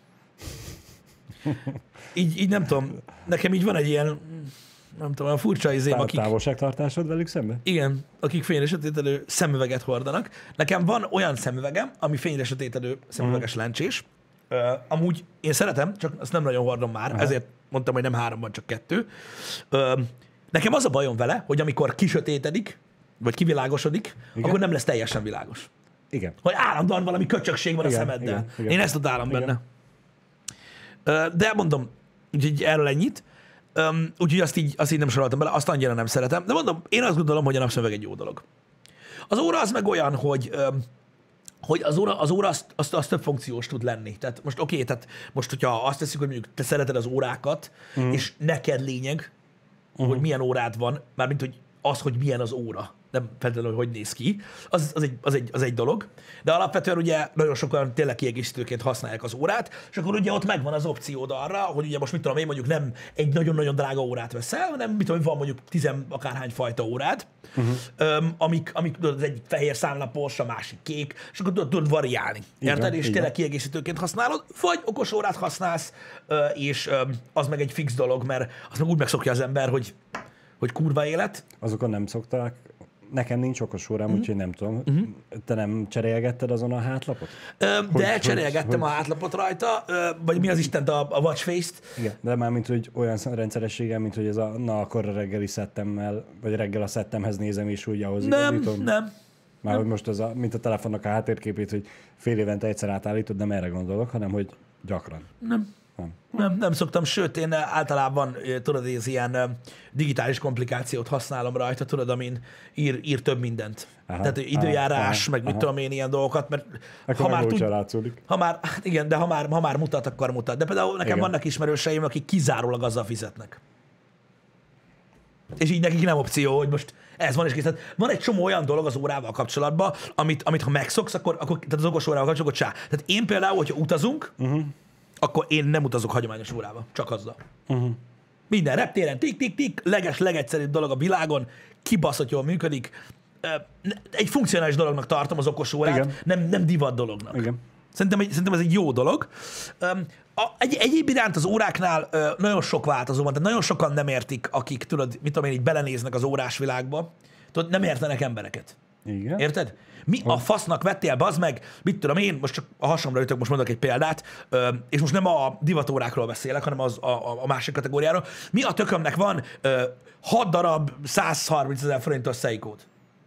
Így, így nem tudom, nekem így van egy ilyen, nem tudom, olyan furcsa izém, Tá- akik, Távolságtartásod velük szembe? igen, akik fényre sötétedő szemüveget hordanak. Nekem van olyan szemüvegem, ami fényre sötétedő szemüveges lencsés. Ö, amúgy én szeretem, csak azt nem nagyon hordom már, Aha. ezért mondtam, hogy nem három van, csak kettő. Ö, nekem az a bajom vele, hogy amikor kisötétedik, vagy kivilágosodik, Igen? akkor nem lesz teljesen világos. Igen. Hogy állandóan valami köcsökség van Igen, a szemeddel. igen, igen. Én ezt utálom Igen. benne. Ö, De mondom, úgyhogy erről ennyit. Öm, Úgyhogy azt így, azt így nem soroltam bele, azt annyira nem szeretem. De mondom, én azt gondolom, hogy a napszemüveg egy jó dolog. Az óra az meg olyan, hogy, öm, hogy az óra, az óra azt, azt, azt több funkciós tud lenni. Tehát most oké, tehát most, hogyha azt teszik, hogy mondjuk te szereted az órákat, mm. és neked lényeg, uh-huh. hogy milyen órád van, mármint, hogy az, hogy milyen az óra, nem feltétlenül, hogy néz ki, az, az, egy, az, egy, az egy dolog. De alapvetően ugye nagyon sokan tényleg kiegészítőként használják az órát, és akkor ugye ott megvan az opciód arra, hogy ugye most mit tudom én, mondjuk nem egy nagyon-nagyon drága órát veszel, hanem mit tudom, van mondjuk tizen akárhány fajta órád, uh-huh. öm, amik, amik tudod, az egyik fehér számlapos, a másik kék, és akkor tudod, tudod variálni. Igen, Érted? És igen. tényleg kiegészítőként használod, vagy okos órát használsz, ö, és ö, az meg egy fix dolog, mert azt meg úgy megszokja az ember, hogy hogy kurva élet. Azokon nem szokták. Nekem nincs okos órám, Mhm. uh-huh. úgyhogy nem tudom. Uh-huh. Te nem cserélgetted azon a hátlapot? Ö, de hogy- cserélgettem hogy- a hátlapot rajta, ö, vagy mi az Istent, a, a watch face-t. Igen, de már mint hogy olyan rendszerességgel, mint hogy ez a, na akkor a reggeli szettemmel, vagy reggel a szettemhez nézem, és úgy ahhoz Nem, igazítom. nem. Már hogy most az a, mint a telefonnak a háttérképét, hogy fél évente egyszer átállítod, nem erre gondolok, hanem hogy gyakran. Nem. Nem. Nem, nem szoktam, sőt, én általában, ö, tudod, ez ilyen ö, digitális komplikációt használom rajta, tudod, amin ír, ír több mindent. Aha, Tehát ö, időjárás, aha, meg mit aha. tudom én, ilyen dolgokat, mert Akkor ha már, meg tud, tud... látszódik. ha már, hát igen, de ha már, ha már mutat, akkor mutat. De például nekem Igen. vannak ismerőseim, akik kizárólag azzal fizetnek. És így nekik nem opció, hogy most ez van és kész. Tehát van egy csomó olyan dolog az órával kapcsolatban, amit, amit ha megszoksz, akkor, akkor tehát az okos órával kapcsolatban, csá. Tehát én például, hogyha utazunk, uh-huh. akkor én nem utazok hagyományos órával, csak azzal. Uh-huh. Minden reptéren, tik-tik-tik, leges, legegyszerűbb dolog a világon, kibaszott jól működik. Ö, Egy funkcionális dolognak tartom az okos órát, Igen. nem, nem divat dolognak. Igen. Szerintem, egy- szerintem ez egy jó dolog. Öm, A, egy, egyéb iránt az óráknál ö, nagyon sok változó van, tehát nagyon sokan nem értik, akik, tudod, mit tudom én, így belenéznek az órás világba, tudod, nem értenek embereket. Igen. Érted? Mi a fasznak vettél, bazd meg, mit tudom én, most csak a hasamra ütök, most mondok egy példát, ö, és most nem a divatórákról beszélek, hanem az, a, a, a másik kategóriáról. Mi a tökömnek van ö, hat darab száz harminc ezer forintos Seikót?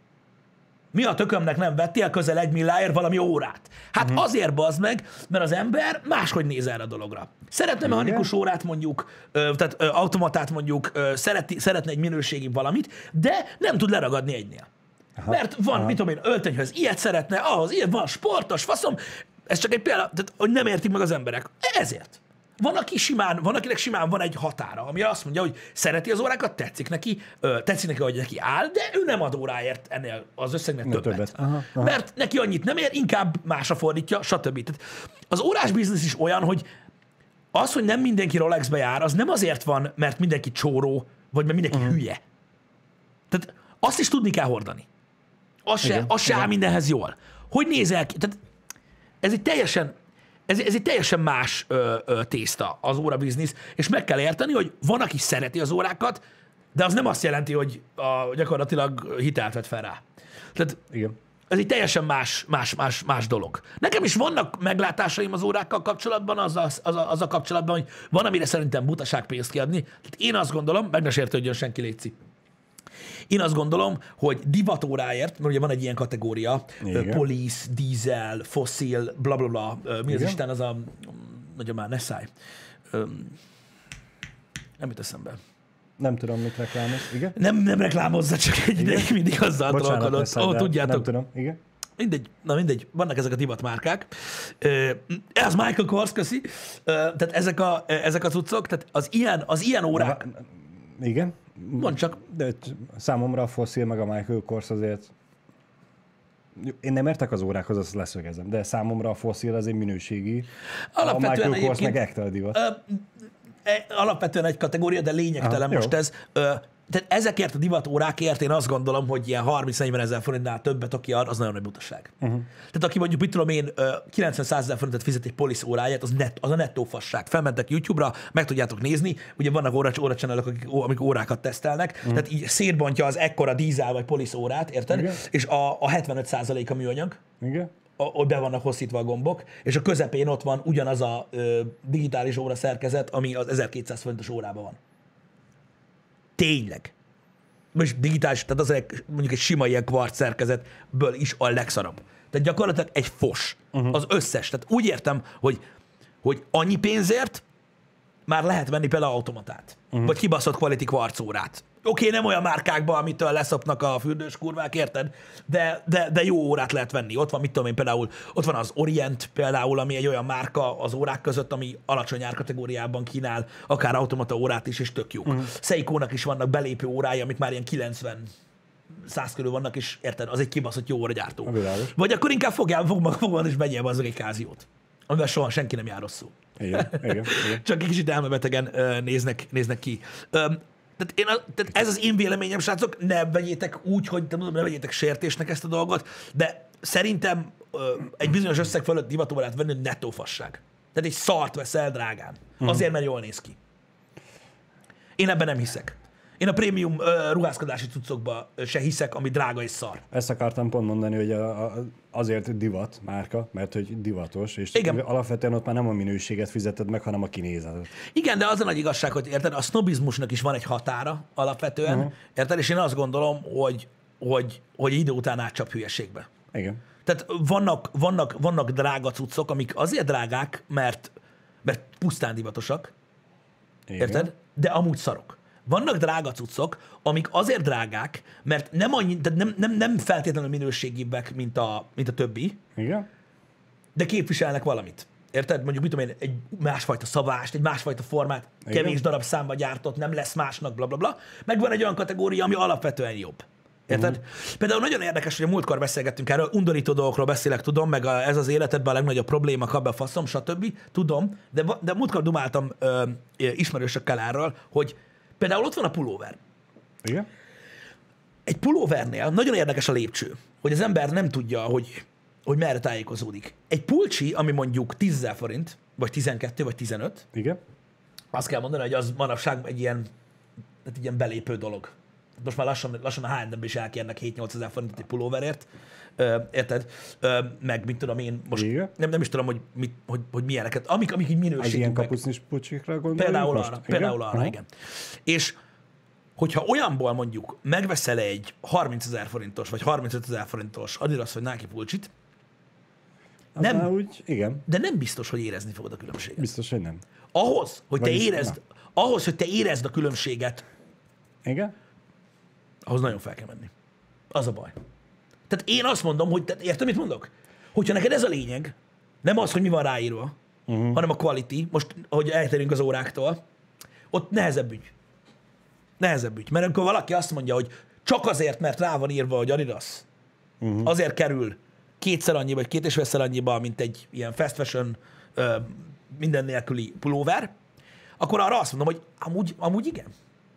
Mi a tökömnek nem vettél közel egy milliáért valami órát? Hát uh-huh. azért bazd meg, mert az ember máshogy néz erre a dologra. Szeretne mechanikus órát mondjuk, ö, tehát ö, automatát mondjuk, ö, szereti, szeretne egy minőségi valamit, de nem tud leragadni egynél. Aha, mert van, aha. mit tudom én, öltönyhöz ilyet szeretne, ahhoz ilyet van, sportos, faszom. Ez csak egy példa, tehát, hogy nem értik meg az emberek. Ezért. Van, aki simán, van, akinek simán van egy határa, ami azt mondja, hogy szereti az órákat, tetszik neki, ö, tetszik neki, hogy neki áll, de ő nem ad óráért ennél az összegnek többet. többet. Aha, aha. Mert neki annyit nem ér, inkább másra fordítja, stb. Tehát az órás biznisz is olyan, hogy az, hogy nem mindenki Rolexbe jár, az nem azért van, mert mindenki csóró, vagy mert mindenki uh-huh. hülye. Tehát azt is tudni kell hordani. Az se, Igen, az se áll mindenhez jól. Hogy nézel ki? Tehát ez egy teljesen, ez, ez egy teljesen más ö, ö, tészta az órabiznisz, és meg kell érteni, hogy van, aki szereti az órákat, de az nem azt jelenti, hogy a, gyakorlatilag hitelt vett fel rá. Tehát Igen. ez egy teljesen más, más, más, más dolog. Nekem is vannak meglátásaim az órákkal kapcsolatban, az a, az, a, az a kapcsolatban, hogy van, amire szerintem butaság pénzt kiadni. Tehát én azt gondolom, meg ne sértődjön senki, létszik. Én azt gondolom, hogy divatóráért, mert ugye van egy ilyen kategória, Igen. police, diesel, fossil, bla, bla, bla. Mi az Igen. Isten, az a... Nagyon már, ne szállj. Öm, Nem jut eszembe. Nem tudom, mit reklámoz. Igen? Nem, nem reklámozza, csak egy ideig mindig azzal Bocsánat, trollkodott. Leszár, Ó, de tudjátok. Nem tudom. Igen? Mindegy, na mindegy, vannak ezek a divatmárkák. Ö, Ez Michael Kors, köszi. Ö, Tehát ezek a, ezek a cuccok, tehát az ilyen, az ilyen órák... Igen? Mondd csak. De számomra a Fossil meg a Michael Kors azért... Én nem értek az órákhoz, azt leszögezem, de számomra a Fossil az egy minőségi. Alapvetően a Michael Kors egyébként- meg ektel divat. Ö, e- Alapvetően egy kategória, de lényegtelen Aha, most jó. ez. Ö, Tehát ezekért a divatórákért én azt gondolom, hogy ilyen harminc-negyven ezer forintnál többet, aki ad, az nagyon nagy butaság. Uh-huh. Tehát aki mondjuk, mit tudom én, kilencven-száz ezer forintot fizet egy polisz óráját, az, net, az a nettó fasság. Felmentek YouTube-ra, meg tudjátok nézni, ugye vannak óra, óracsánelök, akik, amik órákat tesztelnek, uh-huh. tehát így szétbontja az ekkora dízel vagy polisz órát, érted? Igen. És a, a hetvenöt százalék a műanyag, Igen? ott be vannak hosszítva a gombok, és a közepén ott van ugyanaz a ö, digitális óra szerkezet, ami az ezerkétszáz forintos órában van. Tényleg. Most digitális, tehát az egy, mondjuk egy sima ilyen kvarc szerkezetből is a legszarabb. Tehát gyakorlatilag egy fos. Uh-huh. Az összes. Tehát úgy értem, hogy, hogy annyi pénzért már lehet venni például automatát. Uh-huh. Vagy kibaszott quality kvarcórát. Oké, okay, nem olyan márkákban, amitől leszopnak a fürdős kurvák, érted? De, de, de jó órát lehet venni. Ott van, mit tudom én, például, ott van az Orient például, ami egy olyan márka az órák között, ami alacsony árkategóriában kínál akár automata órát is, és tök jók. Uh-huh. Seikónak is vannak belépő órái, amik már ilyen kilencven száz körül vannak, és érted, az egy kibaszott jó óragyártó. Vagy akkor inkább fogjál, fog, fog, fog és vegyél azok egy káziót, amivel soha senki nem jár rosszul. Igen, igen, igen. Csak egy kicsit elmebetegen ö, néznek, néznek ki. Ö, tehát, én a, tehát ez az én véleményem, srácok, ne vegyétek úgy, hogy nem tudom, ne vegyétek sértésnek ezt a dolgot, de szerintem ö, egy bizonyos összeg fölött divatórát venni nettó fasság. Tehát egy szart veszel drágán. Azért, mert jól néz ki. Én ebben nem hiszek. Én a prémium ö, ruházkodási cuccokba se hiszek, ami drága és szar. Ezt akartam pont mondani, hogy a, a, azért divat márka, mert hogy divatos, és Igen. alapvetően ott már nem a minőséget fizeted meg, hanem a kinézetet. Igen, de az a nagy igazság, hogy érted, a sznobizmusnak is van egy határa alapvetően, uh-huh. érted, és én azt gondolom, hogy, hogy, hogy idő után átcsap hülyeségbe. Igen. Tehát vannak, vannak, vannak drága cuccok, amik azért drágák, mert, mert pusztán divatosak, Igen. érted? De amúgy szarok. Vannak drága cuccok, amik azért drágák, mert nem, annyi, tehát nem, nem, nem feltétlenül minőségibbek, mint a, mint a többi, Igen? de képviselnek valamit. Érted? Mondjuk, mit tudom én, egy másfajta szabást, egy másfajta formát, Igen. kevés darab számba gyártott, nem lesz másnak, bla bla bla. Meg van egy olyan kategória, ami alapvetően jobb. Érted? Uh-huh. Például nagyon érdekes, hogy a múltkor beszélgettünk erről, undorító dolgokról beszélek, tudom, meg a, ez az életedben a legnagyobb probléma, kap be faszom, stb. Tudom, de, de múltkor dumáltam ö, ismerősökkel erről, hogy például ott van a pulóver. Igen? Egy pulóvernél nagyon érdekes a lépcső, hogy az ember nem tudja, hogy, hogy merre tájékozódik. Egy pulcsi, ami mondjuk tízezer forint, vagy tizenkettő, vagy tizenöt, Igen? azt kell mondani, hogy az manapság egy ilyen, egy ilyen belépő dolog. Most már lassan, lassan a há és em-ben is elkérnek hét-nyolc ezer forintot egy pulóverért, ö, érted? Ö, meg mit tudom én, most nem, nem is tudom, hogy, mit, hogy, hogy milyeneket, amik, amik így Az minőségűek. ilyen kapucnis pucsikra gondolunk Például most? arra, Igen? például arra, Aha. igen. És hogyha olyanból mondjuk megveszel egy harminc ezer forintos, vagy harmincöt ezer forintos Adidas vagy Nike pulcsit, Az nem. már úgy, igen. de nem biztos, hogy érezni fogod a különbséget. Biztos, hogy nem. Ahhoz, hogy te Vagyis- érezd, ahhoz, hogy te érezd a különbséget, Igen? ahhoz nagyon fel kell menni. Az a baj. Tehát én azt mondom, hogy te, érted, mit mondok? Hogyha neked ez a lényeg, nem az, hogy mi van ráírva, uh-huh. hanem a quality, most, hogy eltérünk az óráktól, ott nehezebb ügy. Nehezebb ügy. Mert amikor valaki azt mondja, hogy csak azért, mert rá van írva, hogy Adidas, uh-huh. azért kerül kétszer annyiba, vagy két és félszer annyiba, mint egy ilyen fast fashion, ö, minden nélküli pulóver, akkor arra azt mondom, hogy amúgy, amúgy igen.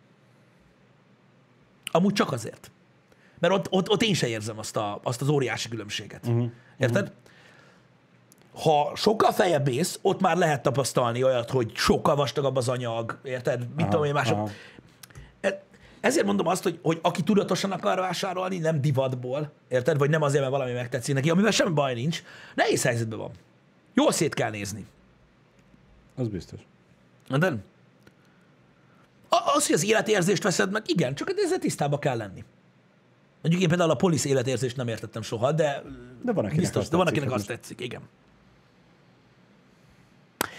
Amúgy csak azért. Mert ott, ott, ott én se érzem azt, a, azt az óriási különbséget. Uh-huh. Érted? Ha sokkal feljebb ész, ott már lehet tapasztalni olyat, hogy sokkal vastagabb az anyag, érted? Mit Aha, tudom én mások. aha. E- Ezért mondom azt, hogy, hogy aki tudatosan akar vásárolni, nem divatból, érted? Vagy nem azért, mert valami megtetszik neki, amivel semmi baj nincs, nehéz helyzetben van. Jól szét kell nézni. Az biztos. De az, hogy az életérzést veszed meg, igen, csak ezzel tisztába kell lenni. Mondjuk én például a polisz életérzést nem értettem soha, de, De van, akinek biztos, azt de van, tetszik, akinek hát azt tetszik, igen.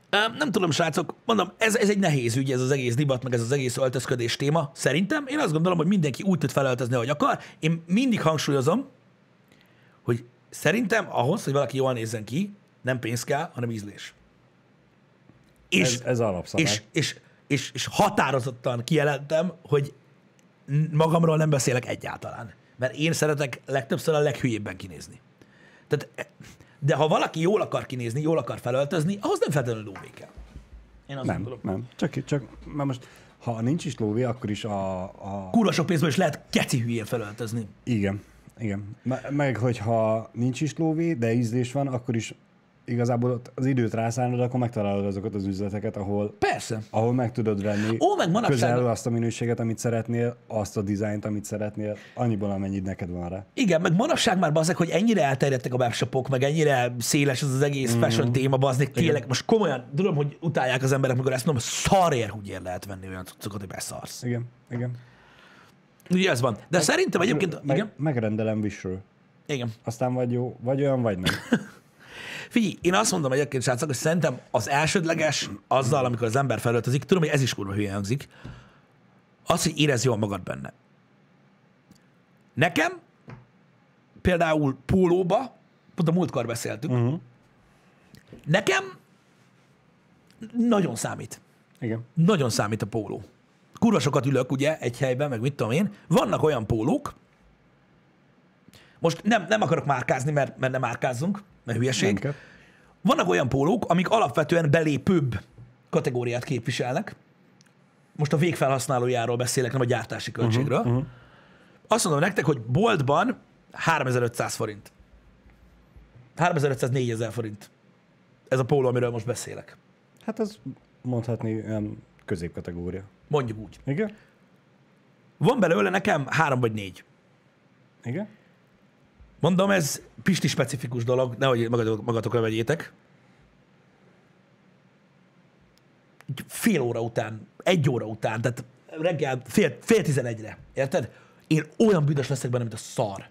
Um, nem tudom, srácok, mondom, ez, ez egy nehéz ügy, ez az egész divat, meg ez az egész öltözködés téma. Szerintem én azt gondolom, hogy mindenki úgy tud felöltözni, ahogy akar. Én mindig hangsúlyozom, hogy szerintem ahhoz, hogy valaki jól nézzen ki, nem pénz kell, hanem ízlés. És, Ez, ez alapszabály. és, és, és, és határozottan kijelentem, hogy magamról nem beszélek egyáltalán. Mert én szeretek legtöbbször a leghülyébben kinézni. Tehát, de ha valaki jól akar kinézni, jól akar felöltözni, ahhoz nem feltétlenül lóvé kell. Én azt Nem, gondolom. nem. Csak, csak, mert most, ha nincs is lóvé, akkor is a... a... Kurva sok pénzből is lehet keci hülyén felöltözni. Igen, igen. Me- Meg, hogyha nincs is lóvé, de ízlés van, akkor is igazából ott az időt rászánod, akkor megtalálod azokat az üzleteket, ahol, Persze. ahol meg tudod venni Ó, meg manapság- közelről azt a minőséget, amit szeretnél, azt a dizájnt, amit szeretnél, annyiból, amennyit neked van rá. Igen, meg manapság már bazdek, hogy ennyire elterjedtek a webshopok, meg ennyire széles az az egész mm. fashion téma, bazdek, tényleg, most komolyan, tudom, hogy utálják az emberek, amikor ezt mondom, szarért húgyért lehet venni olyan cuccokat, hogy beszarsz. Igen, igen. Ugye ez van. De meg, szerintem egyébként, meg, igen, megrendelem Wishről. igen. Aztán vagy jó, vagy olyan, vagy nem. Figyelj, én azt mondom egyébként, srácok, hogy szerintem az elsődleges azzal, amikor az ember felöltözik, tudom, hogy ez is kurva hülye hangzik, az, hogy érezd jól magad benne. Nekem például pólóba, pont a múltkor beszéltük, uh-huh. nekem nagyon számít. Igen. Nagyon számít a póló. Kurva sokat ülök, ugye, egy helyben, meg mit tudom én. Vannak olyan pólók, most nem, nem akarok márkázni, mert, mert nem márkázzunk, mert hülyeség. Vannak olyan pólók, amik alapvetően belépőbb kategóriát képviselnek. Most a végfelhasználójáról beszélek, nem a gyártási költségről. Uh-huh, uh-huh. Azt mondom nektek, hogy boltban háromezer-ötszáz forint. háromezer-ötszáz-négyezer forint. Ez a póló, amiről most beszélek. Hát ez mondhatni olyan középkategória. Mondjuk úgy. Igen? Van belőle nekem három vagy négy. Igen? Mondom, ez pisti specifikus dolog, nehogy magatok, magatokra vegyétek. Fél óra után, egy óra után, tehát reggel fél, fél tizenegyre, érted? Én olyan büdös leszek benne, mint a szar.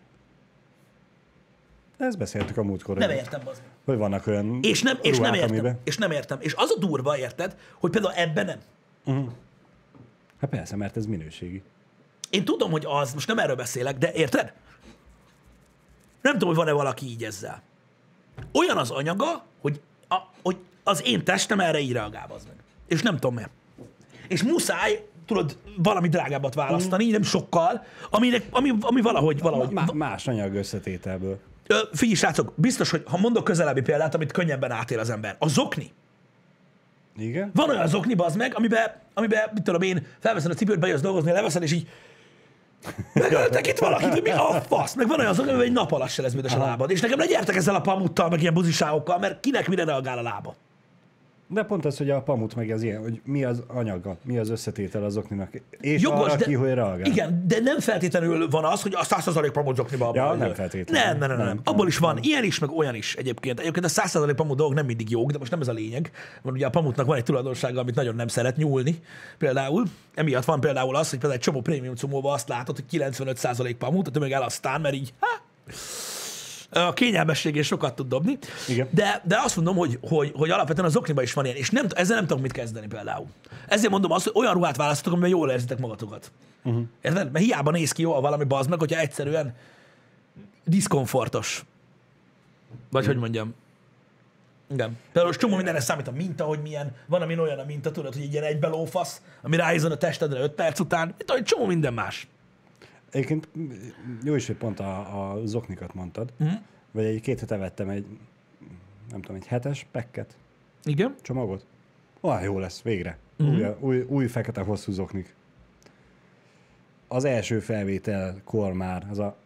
Ezt beszéltük a múltkor. Nem értem, az. Hogy vannak olyan És nem, és ruhák, nem értem, amiben... és nem értem. És az a durva, érted, hogy például ebben nem. Uh-huh. Hát persze, mert ez minőségi. Én tudom, hogy az, most nem erről beszélek, de érted? Nem tudom, hogy van-e valaki így ezzel. Olyan az anyaga, hogy, a, hogy az én testem erre így reagál, az meg. És nem tudom miért. És muszáj, tudod, valami drágábbat választani, mm. nem sokkal, aminek, ami, ami valahogy... valahogy Má, más anyag összetételből. Ö, figyelj, srácok, biztos, hogy ha mondok közelebbi példát, amit könnyebben átél az ember. A zokni. Igen? Van olyan zokni, bazd meg, amiben, amiben, mit tudom én, felveszed a cipőt, bejössz dolgozni, leveszed, és így megöltek itt valakit, hogy mi a fasz. Meg van olyan zokni, amiben egy nap alatt se lesz büdös a lábad. És nekem ne gyertek ezzel a pamuttal, meg ilyen buziságokkal, mert kinek mire reagál a lába. De pont az, hogy a pamut meg az ilyen, hogy mi az anyaga, mi az összetétel az okninak, és Jogos, arra de, ki, hogy reagál. Igen, de nem feltétlenül van az, hogy a száz százalék pamut zokniba. Ja, nem feltétlenül. Nem, nem, nem, nem, nem. Abból is van. Ilyen is, meg olyan is egyébként. Egyébként a száz százalék pamut dolgok nem mindig jók, de most nem ez a lényeg. Mert ugye a pamutnak van egy tulajdonsága, amit nagyon nem szeret, nyúlni. Például. Emiatt van például az, hogy például egy csomó prémium cumóban azt látod, hogy kilencvenöt százalék pamut, a tömeg elasztán, mert így, há, a kényelmesség és sokat tud dobni. Igen. De, de azt mondom, hogy, hogy, hogy alapvetően az okniban is van ilyen, és nem, ezzel nem tudok mit kezdeni például. Ezért mondom azt, hogy olyan ruhát választotok, amiben jól érzitek magatokat. Uh-huh. Érted? Mert hiába néz ki jól valami, bazd meg, hogyha egyszerűen diszkomfortos. Vagy hogy mondjam. Igen. Például csomó mindenre számít a minta, hogy milyen. Van, amin olyan a minta, tudod, hogy egy ilyen egybelófasz, ami ráizon a testedre öt perc után. Mint ahogy csomó minden más. Egyébként jó is, hogy pont a, a zoknikat mondtad. Mm. Vagy egy két hete vettem egy, nem tudom, egy hetes pekket. Igen. Csomagot. Olyan jó lesz, végre. Mm. Új, új, új fekete hosszú zoknik. Az első felvételkor már, az a...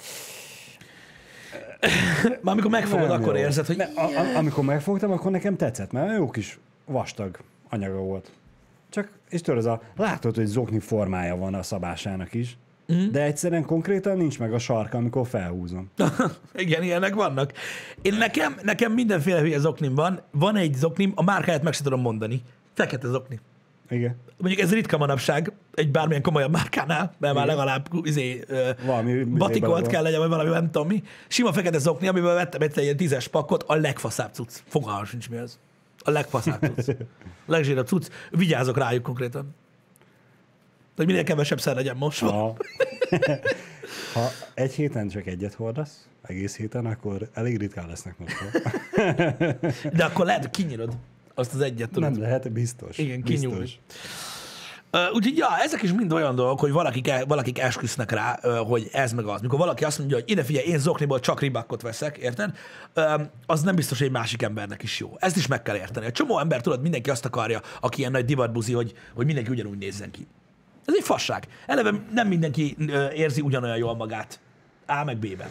Már amikor megfogod, Nem akkor jó. érzed, hogy... Ne, a, a, amikor megfogtam, akkor nekem tetszett, mert jó kis vastag anyaga volt. Csak, és tudod, az a, látod, hogy zokni formája van a szabásának is, mm. de egyszerűen konkrétan nincs meg a sarka, amikor felhúzom. Igen, ilyenek vannak. Én nekem, nekem mindenféle hülye zoknim van. Van egy zoknim, a márkáját meg sem tudom mondani. Fekete zokni. Igen. Mondjuk ez ritka manapság, egy bármilyen komolyabb márkánál, mert már legalább izé, valami batikolt kell legyen, vagy valami, nem tudom mi. Sima fekete zokni, amiben vettem egyszer ilyen tízes pakkot, a legfaszább cucc. Fogalmam sincs mi az. A legfaszább cucc. A legzsírabb cucc. Vigyázok rájuk konkrétan. Hogy minél kevesebb szer legyen mosva. Ha, ha egy héten csak egyet hordasz, egész héten, akkor elég ritkán lesznek mosva. De akkor lehet, hogy kinyírod azt az egyet, tudod. Nem lehet, biztos. Igen, biztos. kinyúlni. Uh, úgyhogy ja, ezek is mind olyan dolgok, hogy valakik, valakik esküsznek rá, uh, hogy ez meg az. Mikor valaki azt mondja, hogy ide figyelj, én zokniból csak ribákkot veszek, érted? Uh, az nem biztos, hogy egy másik embernek is jó. Ezt is meg kell érteni. A csomó ember, tudod, mindenki azt akarja, aki ilyen nagy divatbuzi, hogy, hogy mindenki ugyanúgy nézzen ki. Ez egy fasság. Eleve nem mindenki uh, érzi ugyanolyan jól magát A meg B-ben.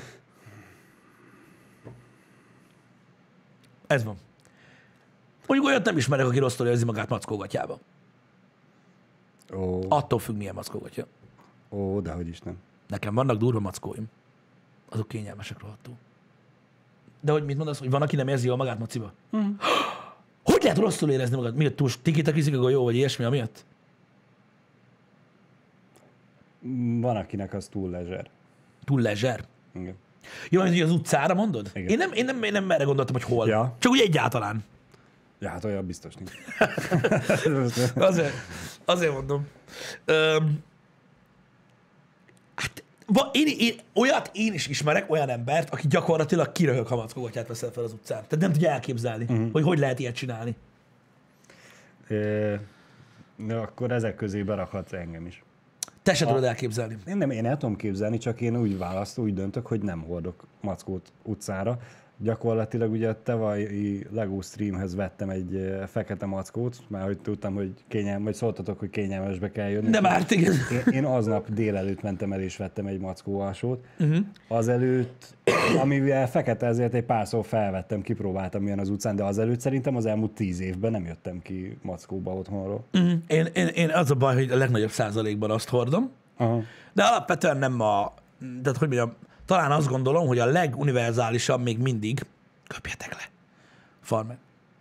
Ez van. Mondjuk olyat nem ismerek, aki rosszul érzi magát mackógatjába. Ó, Attól függ, milyen mackógatja. ó, dehogy is nem. Nekem vannak durva mackóim. Azok kényelmesek rohadtul. De hogy mit mondasz, hogy van, aki nem érzi jól magát maciba? Mm. Hogy lehet rosszul érezni magad? Miért túl tikitakizik a golyó, vagy ilyesmi amiatt? Van, akinek az túl lezser. Túl lezser. Igen. Jó, hogy az utcára mondod? Igen. Én nem, én, nem, én nem erre gondoltam, hogy hol. Ja. Csak úgy egyáltalán. Ja, hát olyan biztos nincs. Azért, azért mondom. Öm, hát, va, én, én, olyat én is ismerek, olyan embert, aki gyakorlatilag kiröhög, ha mackógatját veszel fel az utcán. Tehát nem tudja elképzelni, uh-huh. hogy hogy lehet ilyet csinálni. É, de akkor ezek közé berakhatsz engem is. Te se tudod elképzelni. Én nem, én el tudom képzelni, csak én úgy választom, úgy döntök, hogy nem hordok mackót utcára. Gyakorlatilag ugye a tavalyi LEGO streamhez vettem egy eh, fekete mackót, már hogy tudtam, hogy kényelmes, vagy szóltatok, hogy kényelmesbe kell jönni. De már igen. Én, én aznap délelőtt mentem el és vettem egy mackó alsót. Uh-huh. Azelőtt, amivel fekete, ezért egy párszor felvettem, kipróbáltam milyen az utcán, de azelőtt szerintem az elmúlt tíz évben nem jöttem ki mackóba otthonról. Uh-huh. Én, én, én az a baj, hogy a legnagyobb százalékban azt hordom, Aha. de alapvetően nem a... Tehát, hogy mondjam, talán azt gondolom, hogy a leguniverzálisabb még mindig, köpjetek le, Farmer.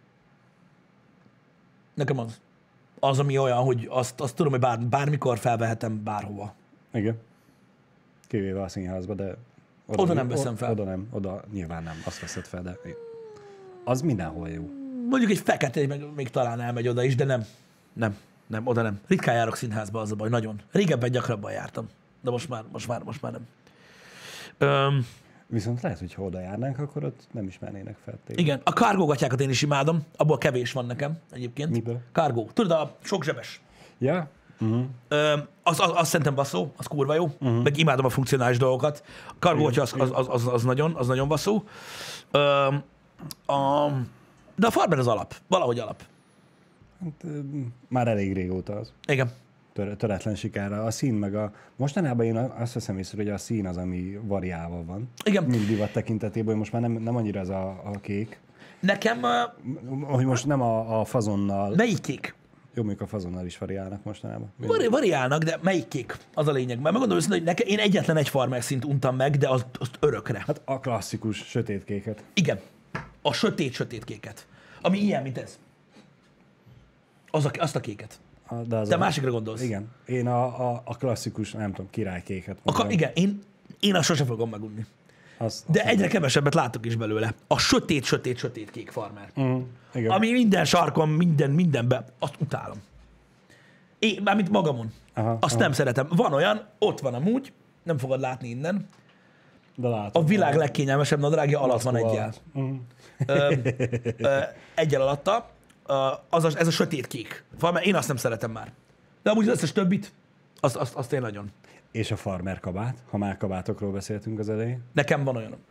Nekem az. Az, ami olyan, hogy azt, azt tudom, hogy bár, bármikor felvehetem bárhova. Igen. Kivéve a színházba, de... Oda nem veszem fel. Oda nem, oda nyilván nem, azt veszed fel, de az mindenhol jó. Mondjuk egy fekete még, még talán elmegy oda is, de nem. Nem, nem, oda nem. Ritkán járok színházba, az a baj, nagyon. Régebben gyakrabban jártam, de most már, most már, most már nem. Öm, Viszont lehet, hogy ha oda járnánk, akkor ott nem ismernének fel téged. igen, a kargógatjákat én is imádom, abból kevés van nekem egyébként. Miből? Kargó. Tudod, a sok zsebes. Ja? Uh-huh. Öm, az, az, az szerintem baszó, az kurva jó, uh-huh. meg imádom a funkcionális dolgokat. A kargógatja az, az, az, az, az, nagyon, az nagyon baszó. Öm, a, de a Farmer az alap, valahogy alap. Hát, már elég régóta az. Igen. Tör, töretlen sikerrel. A szín meg a... Mostanában én azt veszem észre, hogy a szín az, ami variálva van. Igen. Mind divat tekintetében, hogy most már nem, nem annyira az a, a kék. Nekem, uh, Hogy most nem a, a fazonnal... melyik kék? Jó, mondjuk a fazonnal is variálnak mostanában. Vari, variálnak, de melyik kék? Az a lényeg. Mert megmondom őszintén, hogy nekem, én egyetlen egy Farmer szint untam meg, de azt, azt örökre. Hát a klasszikus sötétkéket. Igen. A sötét-sötét kéket. Ami ilyen, mint ez. Az a, azt a kéket. A, de az Te a, másikra gondolsz. Igen. Én a, a, a klasszikus, nem tudom, királykéket A, ka- mondom. igen, én, én azt sose fogom megunni. Azt, De azt egyre kevesebbet látok is belőle. A sötét-sötét-sötét kék Farmer. Mm, igen. Ami minden sarkon, minden, mindenben, azt utálom. Én, mármint magamon. Aha, Azt aha. nem szeretem. Van olyan, ott van amúgy, nem fogod látni innen, De látom. a világ legkényelmesebb nadrágja alatt van egyel. Mm. Ö, ö, egyel alatta, ö, az a, ez a sötét kék. Farmer, én azt nem szeretem már. De amúgy az összes többit, azt, azt, azt én nagyon. És a farmer kabát, ha már kabátokról beszéltünk az elején. Nekem van olyan.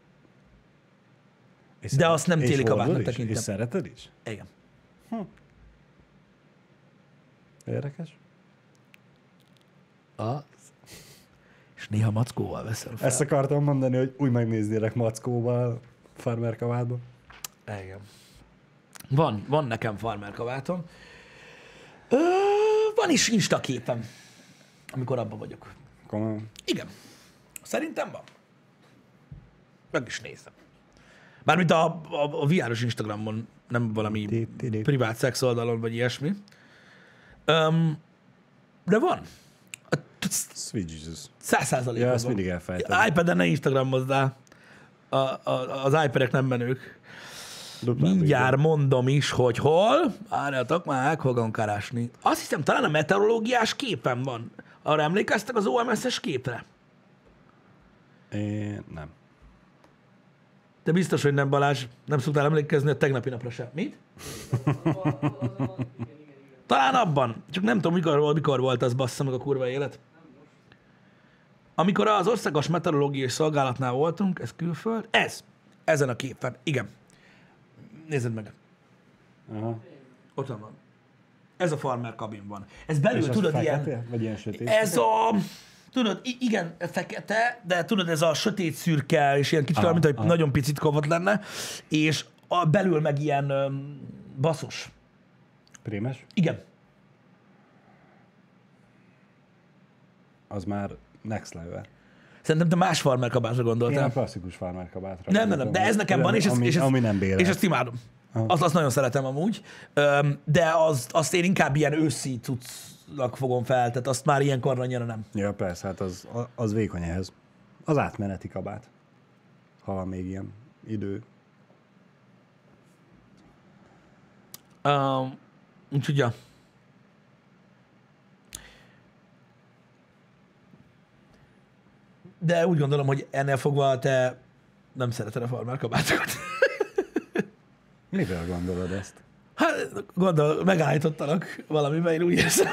És De szeret- azt nem és téli hordod kabátnak is? tekintem. És szereted is? Igen. Érdekes. Az. És néha mackóval veszel fel. Ezt akartam mondani, hogy úgy megnéznélek mackóval, farmer kabátban. Igen. Van, van nekem farmer kabátom. Ö, van is Insta képem, amikor abban vagyok. Komolyan. Igen. Szerintem van. Meg is nézem. Mármint a, a, a vé er-os Instagramon, nem valami Tip, tip. privát szex oldalon, vagy ilyesmi. Um, de van. Sweet Jesus. Száz százalékban Ja, ezt van. mindig elfejtem. iPad-en ne Instagramozzál. A, a, az iPad-ek nem menők. Duplán Mindjárt bőven. mondom is, hogy hol. Várjatok, már meg fogom keresni. Azt hiszem, talán a meteorológiás képen van. Arra emlékeztek az o em es-es képre? Én nem. De biztos, hogy nem, Balázs. Nem szoktál emlékezni a tegnapi napra sem. Mit? Talán abban. Csak nem tudom, mikor, volt- mikor volt az, bassza meg a kurva élet. Amikor az Országos Meteorológiai Szolgálatnál voltunk, ez külföld, ez. Ezen a képen. Igen. Nézd meg. Aha. Ott van. Ez a farmer kabin van. Ez belül, És az tudod, fekete? ilyen... Vagy ilyen sötét? Ez a... Tudod, i- igen, fekete, de tudod, ez a sötét szürke, és ilyen kicsit olyan, Ah, mint hogy ah. nagyon picit kovat lenne, és a belül meg ilyen öm, basszus. Prémes? Igen. Az már next level. Szerintem te más farmer kabátra Én a gondoltál. klasszikus farmer kabátra. Nem, nem, nem, de ez nekem van, és, ez, ami, és, ez, ami nem bélet. és ezt imádom. Azt, azt nagyon szeretem amúgy, Öm, de az, azt én inkább ilyen őszi cuccnak fogom fel, tehát azt már ilyenkor annyira nem. Ja, persze, hát az, az vékony ehhez. Az átmeneti kabát. Ha van még ilyen idő. Um, úgyhogy, ja. De úgy gondolom, hogy ennél fogva te nem szereted a farmer kabátokat. Mivel gondolod ezt? Hát, gondol, megállítottalak valamiben, én úgy érzem.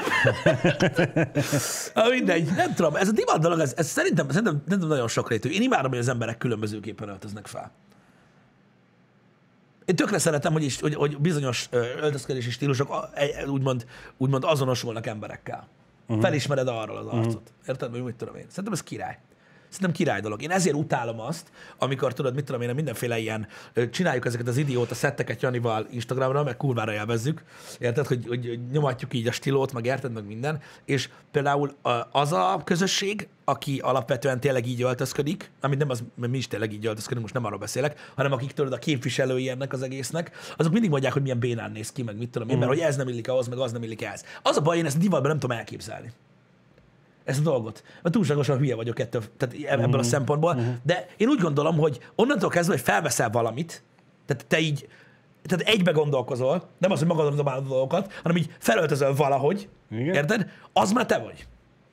Ha mindegy, nem tudom, ez a divat dolog, ez, ez szerintem, szerintem, szerintem nagyon sokrétű. Én imádom, hogy az emberek különbözőképpen öltöznek fel. Én tökre szeretem, hogy, is, hogy, hogy bizonyos ö, öltözködési stílusok a- e- úgymond, úgymond azonosulnak emberekkel. Uh-huh. Felismered arról az arcot. Uh-huh. Érted? Vagy mit tudom én. Szerintem ez király. Szerintem király dolog. Én ezért utálom azt, amikor tudod, mit tudom én, mindenféle ilyen, ö, csináljuk ezeket az idióta szetteket Janival Instagramra, meg kurvára élvezzük, érted, hogy, hogy, hogy nyomatjuk így a stílót, meg érted, meg minden, és például a- az a közösség, aki alapvetően tényleg így öltözködik, amit nem az, mert mi is tényleg így öltözködünk, most nem arról beszélek, hanem akik tudod, a képviselői ennek az egésznek, azok mindig mondják, hogy milyen bénán néz ki, meg mit tudom én, mert hogy ez nem illik ahhoz, meg az nem illik ehhez. Az a baj, én ezt divatban nem tudom elképzelni. Ezt a dolgot. Mert túlságosan hülye vagyok ettől, tehát ebből uh-huh. a szempontból. Uh-huh. De én úgy gondolom, hogy onnantól kezdve, hogy felveszel valamit, tehát te így, tehát egybe gondolkozol, nem az, hogy magadon dobálod a dolgokat, hanem így felöltözöl valahogy, Igen. érted? Az már te vagy.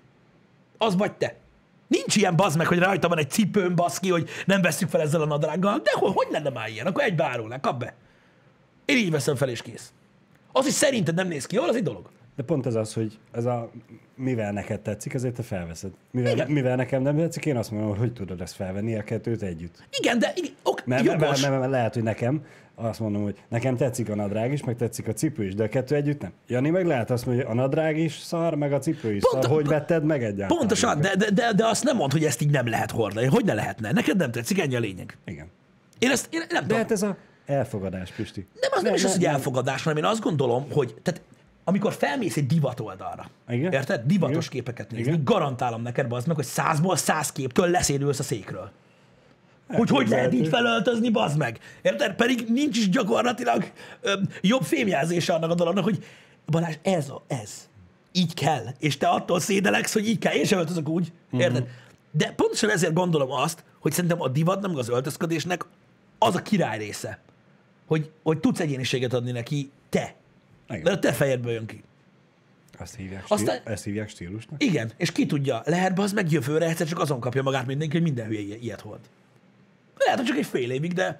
Az vagy te. Nincs ilyen bazd meg, hogy rajta van egy cipőm, baszki, hogy nem vesszük fel ezzel a nadrággal. De hogy, hogy lenne már ilyen? Akkor egybe árulnál, kap be. Én így veszem fel, és kész. Az, hogy szerinted nem néz ki jól, az egy dolog. De pont ez az, hogy ez a mivel neked tetszik, ezért te felveszed. Mivel, Igen. mivel nekem nem tetszik, én azt mondom, hogy hogy tudod ezt felvenni a kettőt együtt. Igen, de igen, ok, Mert, mert, jogos. mert, mert lehet, hogy nekem azt mondom, hogy nekem tetszik a nadrág is, meg tetszik a cipő is, de a kettő együtt nem. Jani meg lehet azt mondja, hogy a nadrág is szar, meg a cipő is Pont- szar. Hogy vetted meg egyáltalán? Pontosan, de, de, de, de azt nem mondd, hogy ezt így nem lehet hordani. Hogy ne lehetne? Neked nem tetszik, ennyi a lényeg. Igen. Én ezt én nem De tudom. hát ez a elfogadás, Pisti. Nem, az nem Ne- is az, ne- hogy ne- elfogadás, hanem én azt gondolom, hogy tehát, amikor felmész egy divat oldalra, Igen. érted? Divatos Igen. képeket nézni, Igen. garantálom neked, bazd meg, hogy százból száz képtől leszédülsz a székről. Hogy hogy lehet így Elképzelhető. felöltözni, bazd meg? Érted? Pedig nincs is gyakorlatilag ö, jobb fémjelzése annak a dolognak, hogy Balázs, ez a, ez. Így kell. És te attól szédeleksz, hogy így kell. Én sem öltözök úgy. Érted? De pontosan ezért gondolom azt, hogy szerintem a divatnak, meg az öltözködésnek az a király része, hogy, hogy tudsz egyéniséget adni neki te. Igen. Mert a te fejedből jön ki. Azt hívják, Aztán- stíl, ezt hívják stílusnak? Igen, és ki tudja, lehet az meg jövőre egyszer csak azon kapja magát mindenki, hogy minden hülye i- ilyet hord. Lehet, hogy csak egy fél évig, de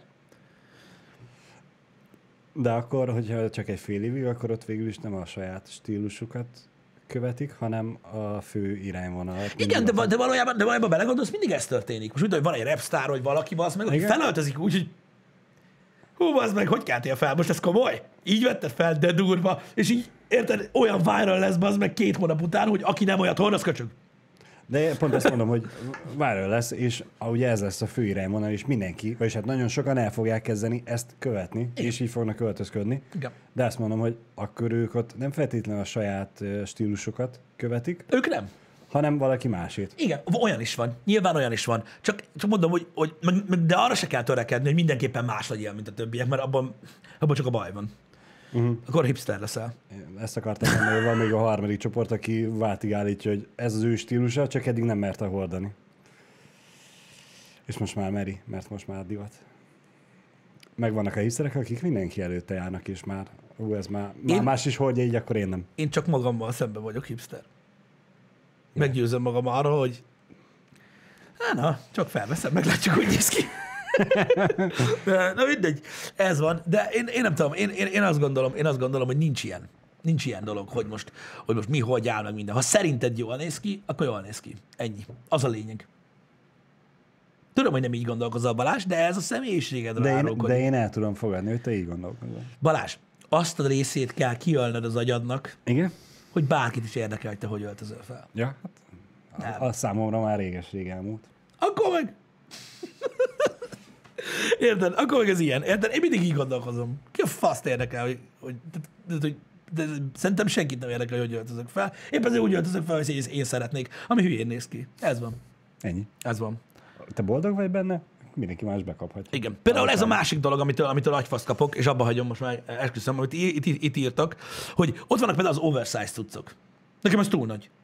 De akkor, hogyha csak egy fél évig, akkor ott végül is nem a saját stílusukat követik, hanem a fő irányvonalat. igen, de, va- de, valójában, de valójában belegondolsz, mindig ez történik. Most úgy, hogy van egy rapstar, vagy valaki, az meg, aki Igen. felöltözik úgy, hogy hú, az meg, hogy keltél fel? Most ez komoly? Így vetted fel, de durva. És így, érted, olyan viral lesz, az meg két hónap után, hogy aki nem olyat hord, az köcsög. De pont ezt mondom, hogy várja lesz, és ugye ez lesz a fő irányvonal, és mindenki, vagyis hát nagyon sokan el fogják kezdeni ezt követni, igen. és így fognak költözködni. Igen. De azt mondom, hogy akkor ők ott nem feltétlenül a saját ö, stílusokat követik, Ők nem. hanem valaki másét. Igen, olyan is van. Nyilván olyan is van. Csak, csak mondom, hogy, hogy meg, meg, de arra se kell törekedni, hogy mindenképpen más legyél, mint a többiek, mert abban, abban csak a baj van. Uh-huh. Akkor hipster leszel. Ezt akartam mondani, hogy van még a harmadik csoport, aki váltig állítja, hogy ez az ő stílusa, csak eddig nem merte hordani. És most már meri, mert most már divat. megvannak a hipsterek, akik mindenki előtte járnak, és már, ú, ez már, már Én- más is hordja, így akkor én nem. Én csak magammal szemben vagyok hipster. Meggyőzöm magam arra, hogy hát na, csak felveszem, meglátjuk, hogy néz ki. De, na mindegy, ez van. De én, én nem tudom, én, én, én, azt gondolom, én azt gondolom, hogy nincs ilyen. Nincs ilyen dolog, hogy most, hogy most mi, hogy áll meg minden. Ha szerinted jól néz ki, akkor jól néz ki. Ennyi. Az a lényeg. Tudom, hogy nem így gondolkozol, Balázs, de ez a személyiségedre De én, árulkodik. de én el tudom fogadni, hogy te így gondolkozol. Balázs, azt a részét kell kiölnöd az agyadnak, Igen? hogy bárkit is érdekel, hogy te hogy öltözöl fel. Ja, hát a, a számomra már réges-rég elmúlt. Akkor meg... Érted? Akkor meg ez ilyen. Érted? Én mindig így gondolkozom. Ki a faszt érdekel, hogy... hogy, hogy, hogy de szerintem senkit nem érdekel, hogy hogy öltözök fel. Épp ezért úgy öltözök fel, hogy én szeretnék, ami hülyén néz ki. Ez van. Ennyi. Ez van. Te boldog vagy benne? Mindenki más bekaphatja. Igen. Például ez a másik dolog, amitől, amitől agyfaszt kapok, és abba hagyom most már, esküszöm, amit itt, itt, itt írtak, hogy ott vannak például az oversize cuccok. Nekem ez túl nagy.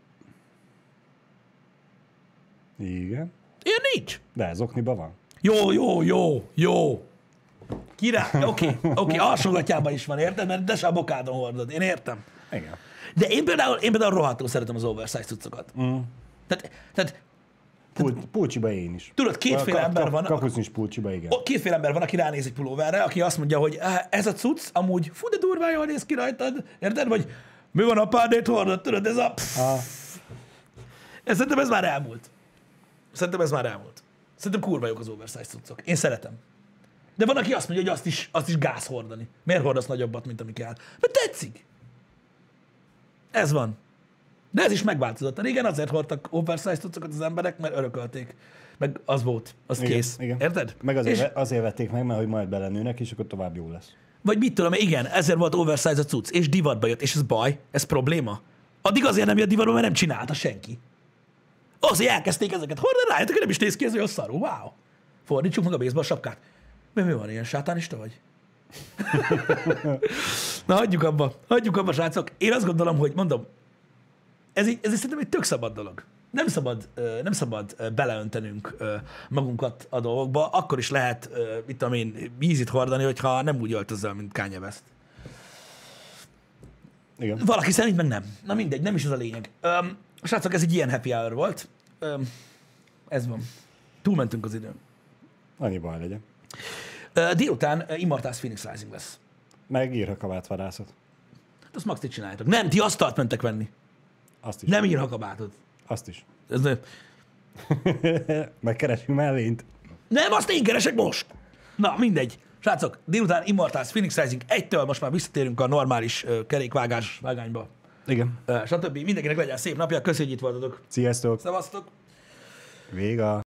Igen. Ilyen nincs. De ez okniban van. Jó, jó, jó, jó. Király, oké, okay, oké, okay, alsógatjában is van, érted? Mert de se a bokádon hordod, én értem. Igen. De én például, én például rohadtul szeretem az oversize cuccokat. Mm. Tehát, tehát Pul- pulcsiba én is. tudod, kétféle Ka- ember ka- van, Kapusznis pulcsiba, igen. o- kétféle ember van, aki ránéz egy pulóverre, aki azt mondja, hogy "Á, ez a cucc amúgy, fú, de durván jól néz ki rajtad, érted? Vagy mi van, apádét hordott, tudod, ez a... Ah, Ez, szerintem ez már elmúlt. Szerintem ez már elmúlt. Szerintem kurva jók az oversize cuccok. Én szeretem. De van, aki azt mondja, hogy azt is, azt is gáz hordani. Miért hordasz nagyobbat, mint ami kell? Mert tetszik. Ez van. De ez is megváltozott. Igen, azért hordtak oversize cuccokat az emberek, mert örökölték. Meg az volt. Az igen, kész. igen. Érted? Meg azért, És, ve- azért vették meg, mert hogy majd belenőnek, és akkor tovább jó lesz. vagy mit tudom, igen, ezért volt oversize a cucc, és divatba jött, és ez baj, ez probléma. Addig azért nem jött divatba, mert nem csinálta senki. Az, hogy elkezdték ezeket hordani, rájöttek, hogy nem is néz ki ez olyan szarú. Wow. Fordítsuk meg a baseball sapkát. Mi, mi van, ilyen sátánista vagy? Na, hagyjuk abba. Hagyjuk abba, srácok. Én azt gondolom, hogy mondom, ez, így, ez így szerintem egy tök szabad dolog. Nem szabad, ö, nem szabad ö, beleöntenünk ö, magunkat a dolgokba. Akkor is lehet, ö, mit tudom én, ízit hordani, hogyha nem úgy öltözöl, mint Kanye West. Igen. Valaki szerint meg nem. Na mindegy, nem is az a lényeg. Öm, srácok, ez egy ilyen happy hour volt. Öm, ez van. Túlmentünk az időn. Annyi baj legyen. Ö, délután ö, Immortals Phoenix Rising lesz. Meg írhakabátvadászat. Hát azt max ti csináljátok. Nem, ti asztalt mentek venni. Azt is. Nem írhakabátot. Azt is. Ez ne... Megkeresünk mellényt. Nem, azt én keresek most. Na, mindegy. Srácok, délután Immortals Phoenix Rising egytől most már visszatérünk a normális ö, kerékvágás vágányba. Igen. Ö, stb. Mindenkinek legyen szép napja. Köszönjük, hogy itt voltatok. Sziasztok. Szevasztok. Véga.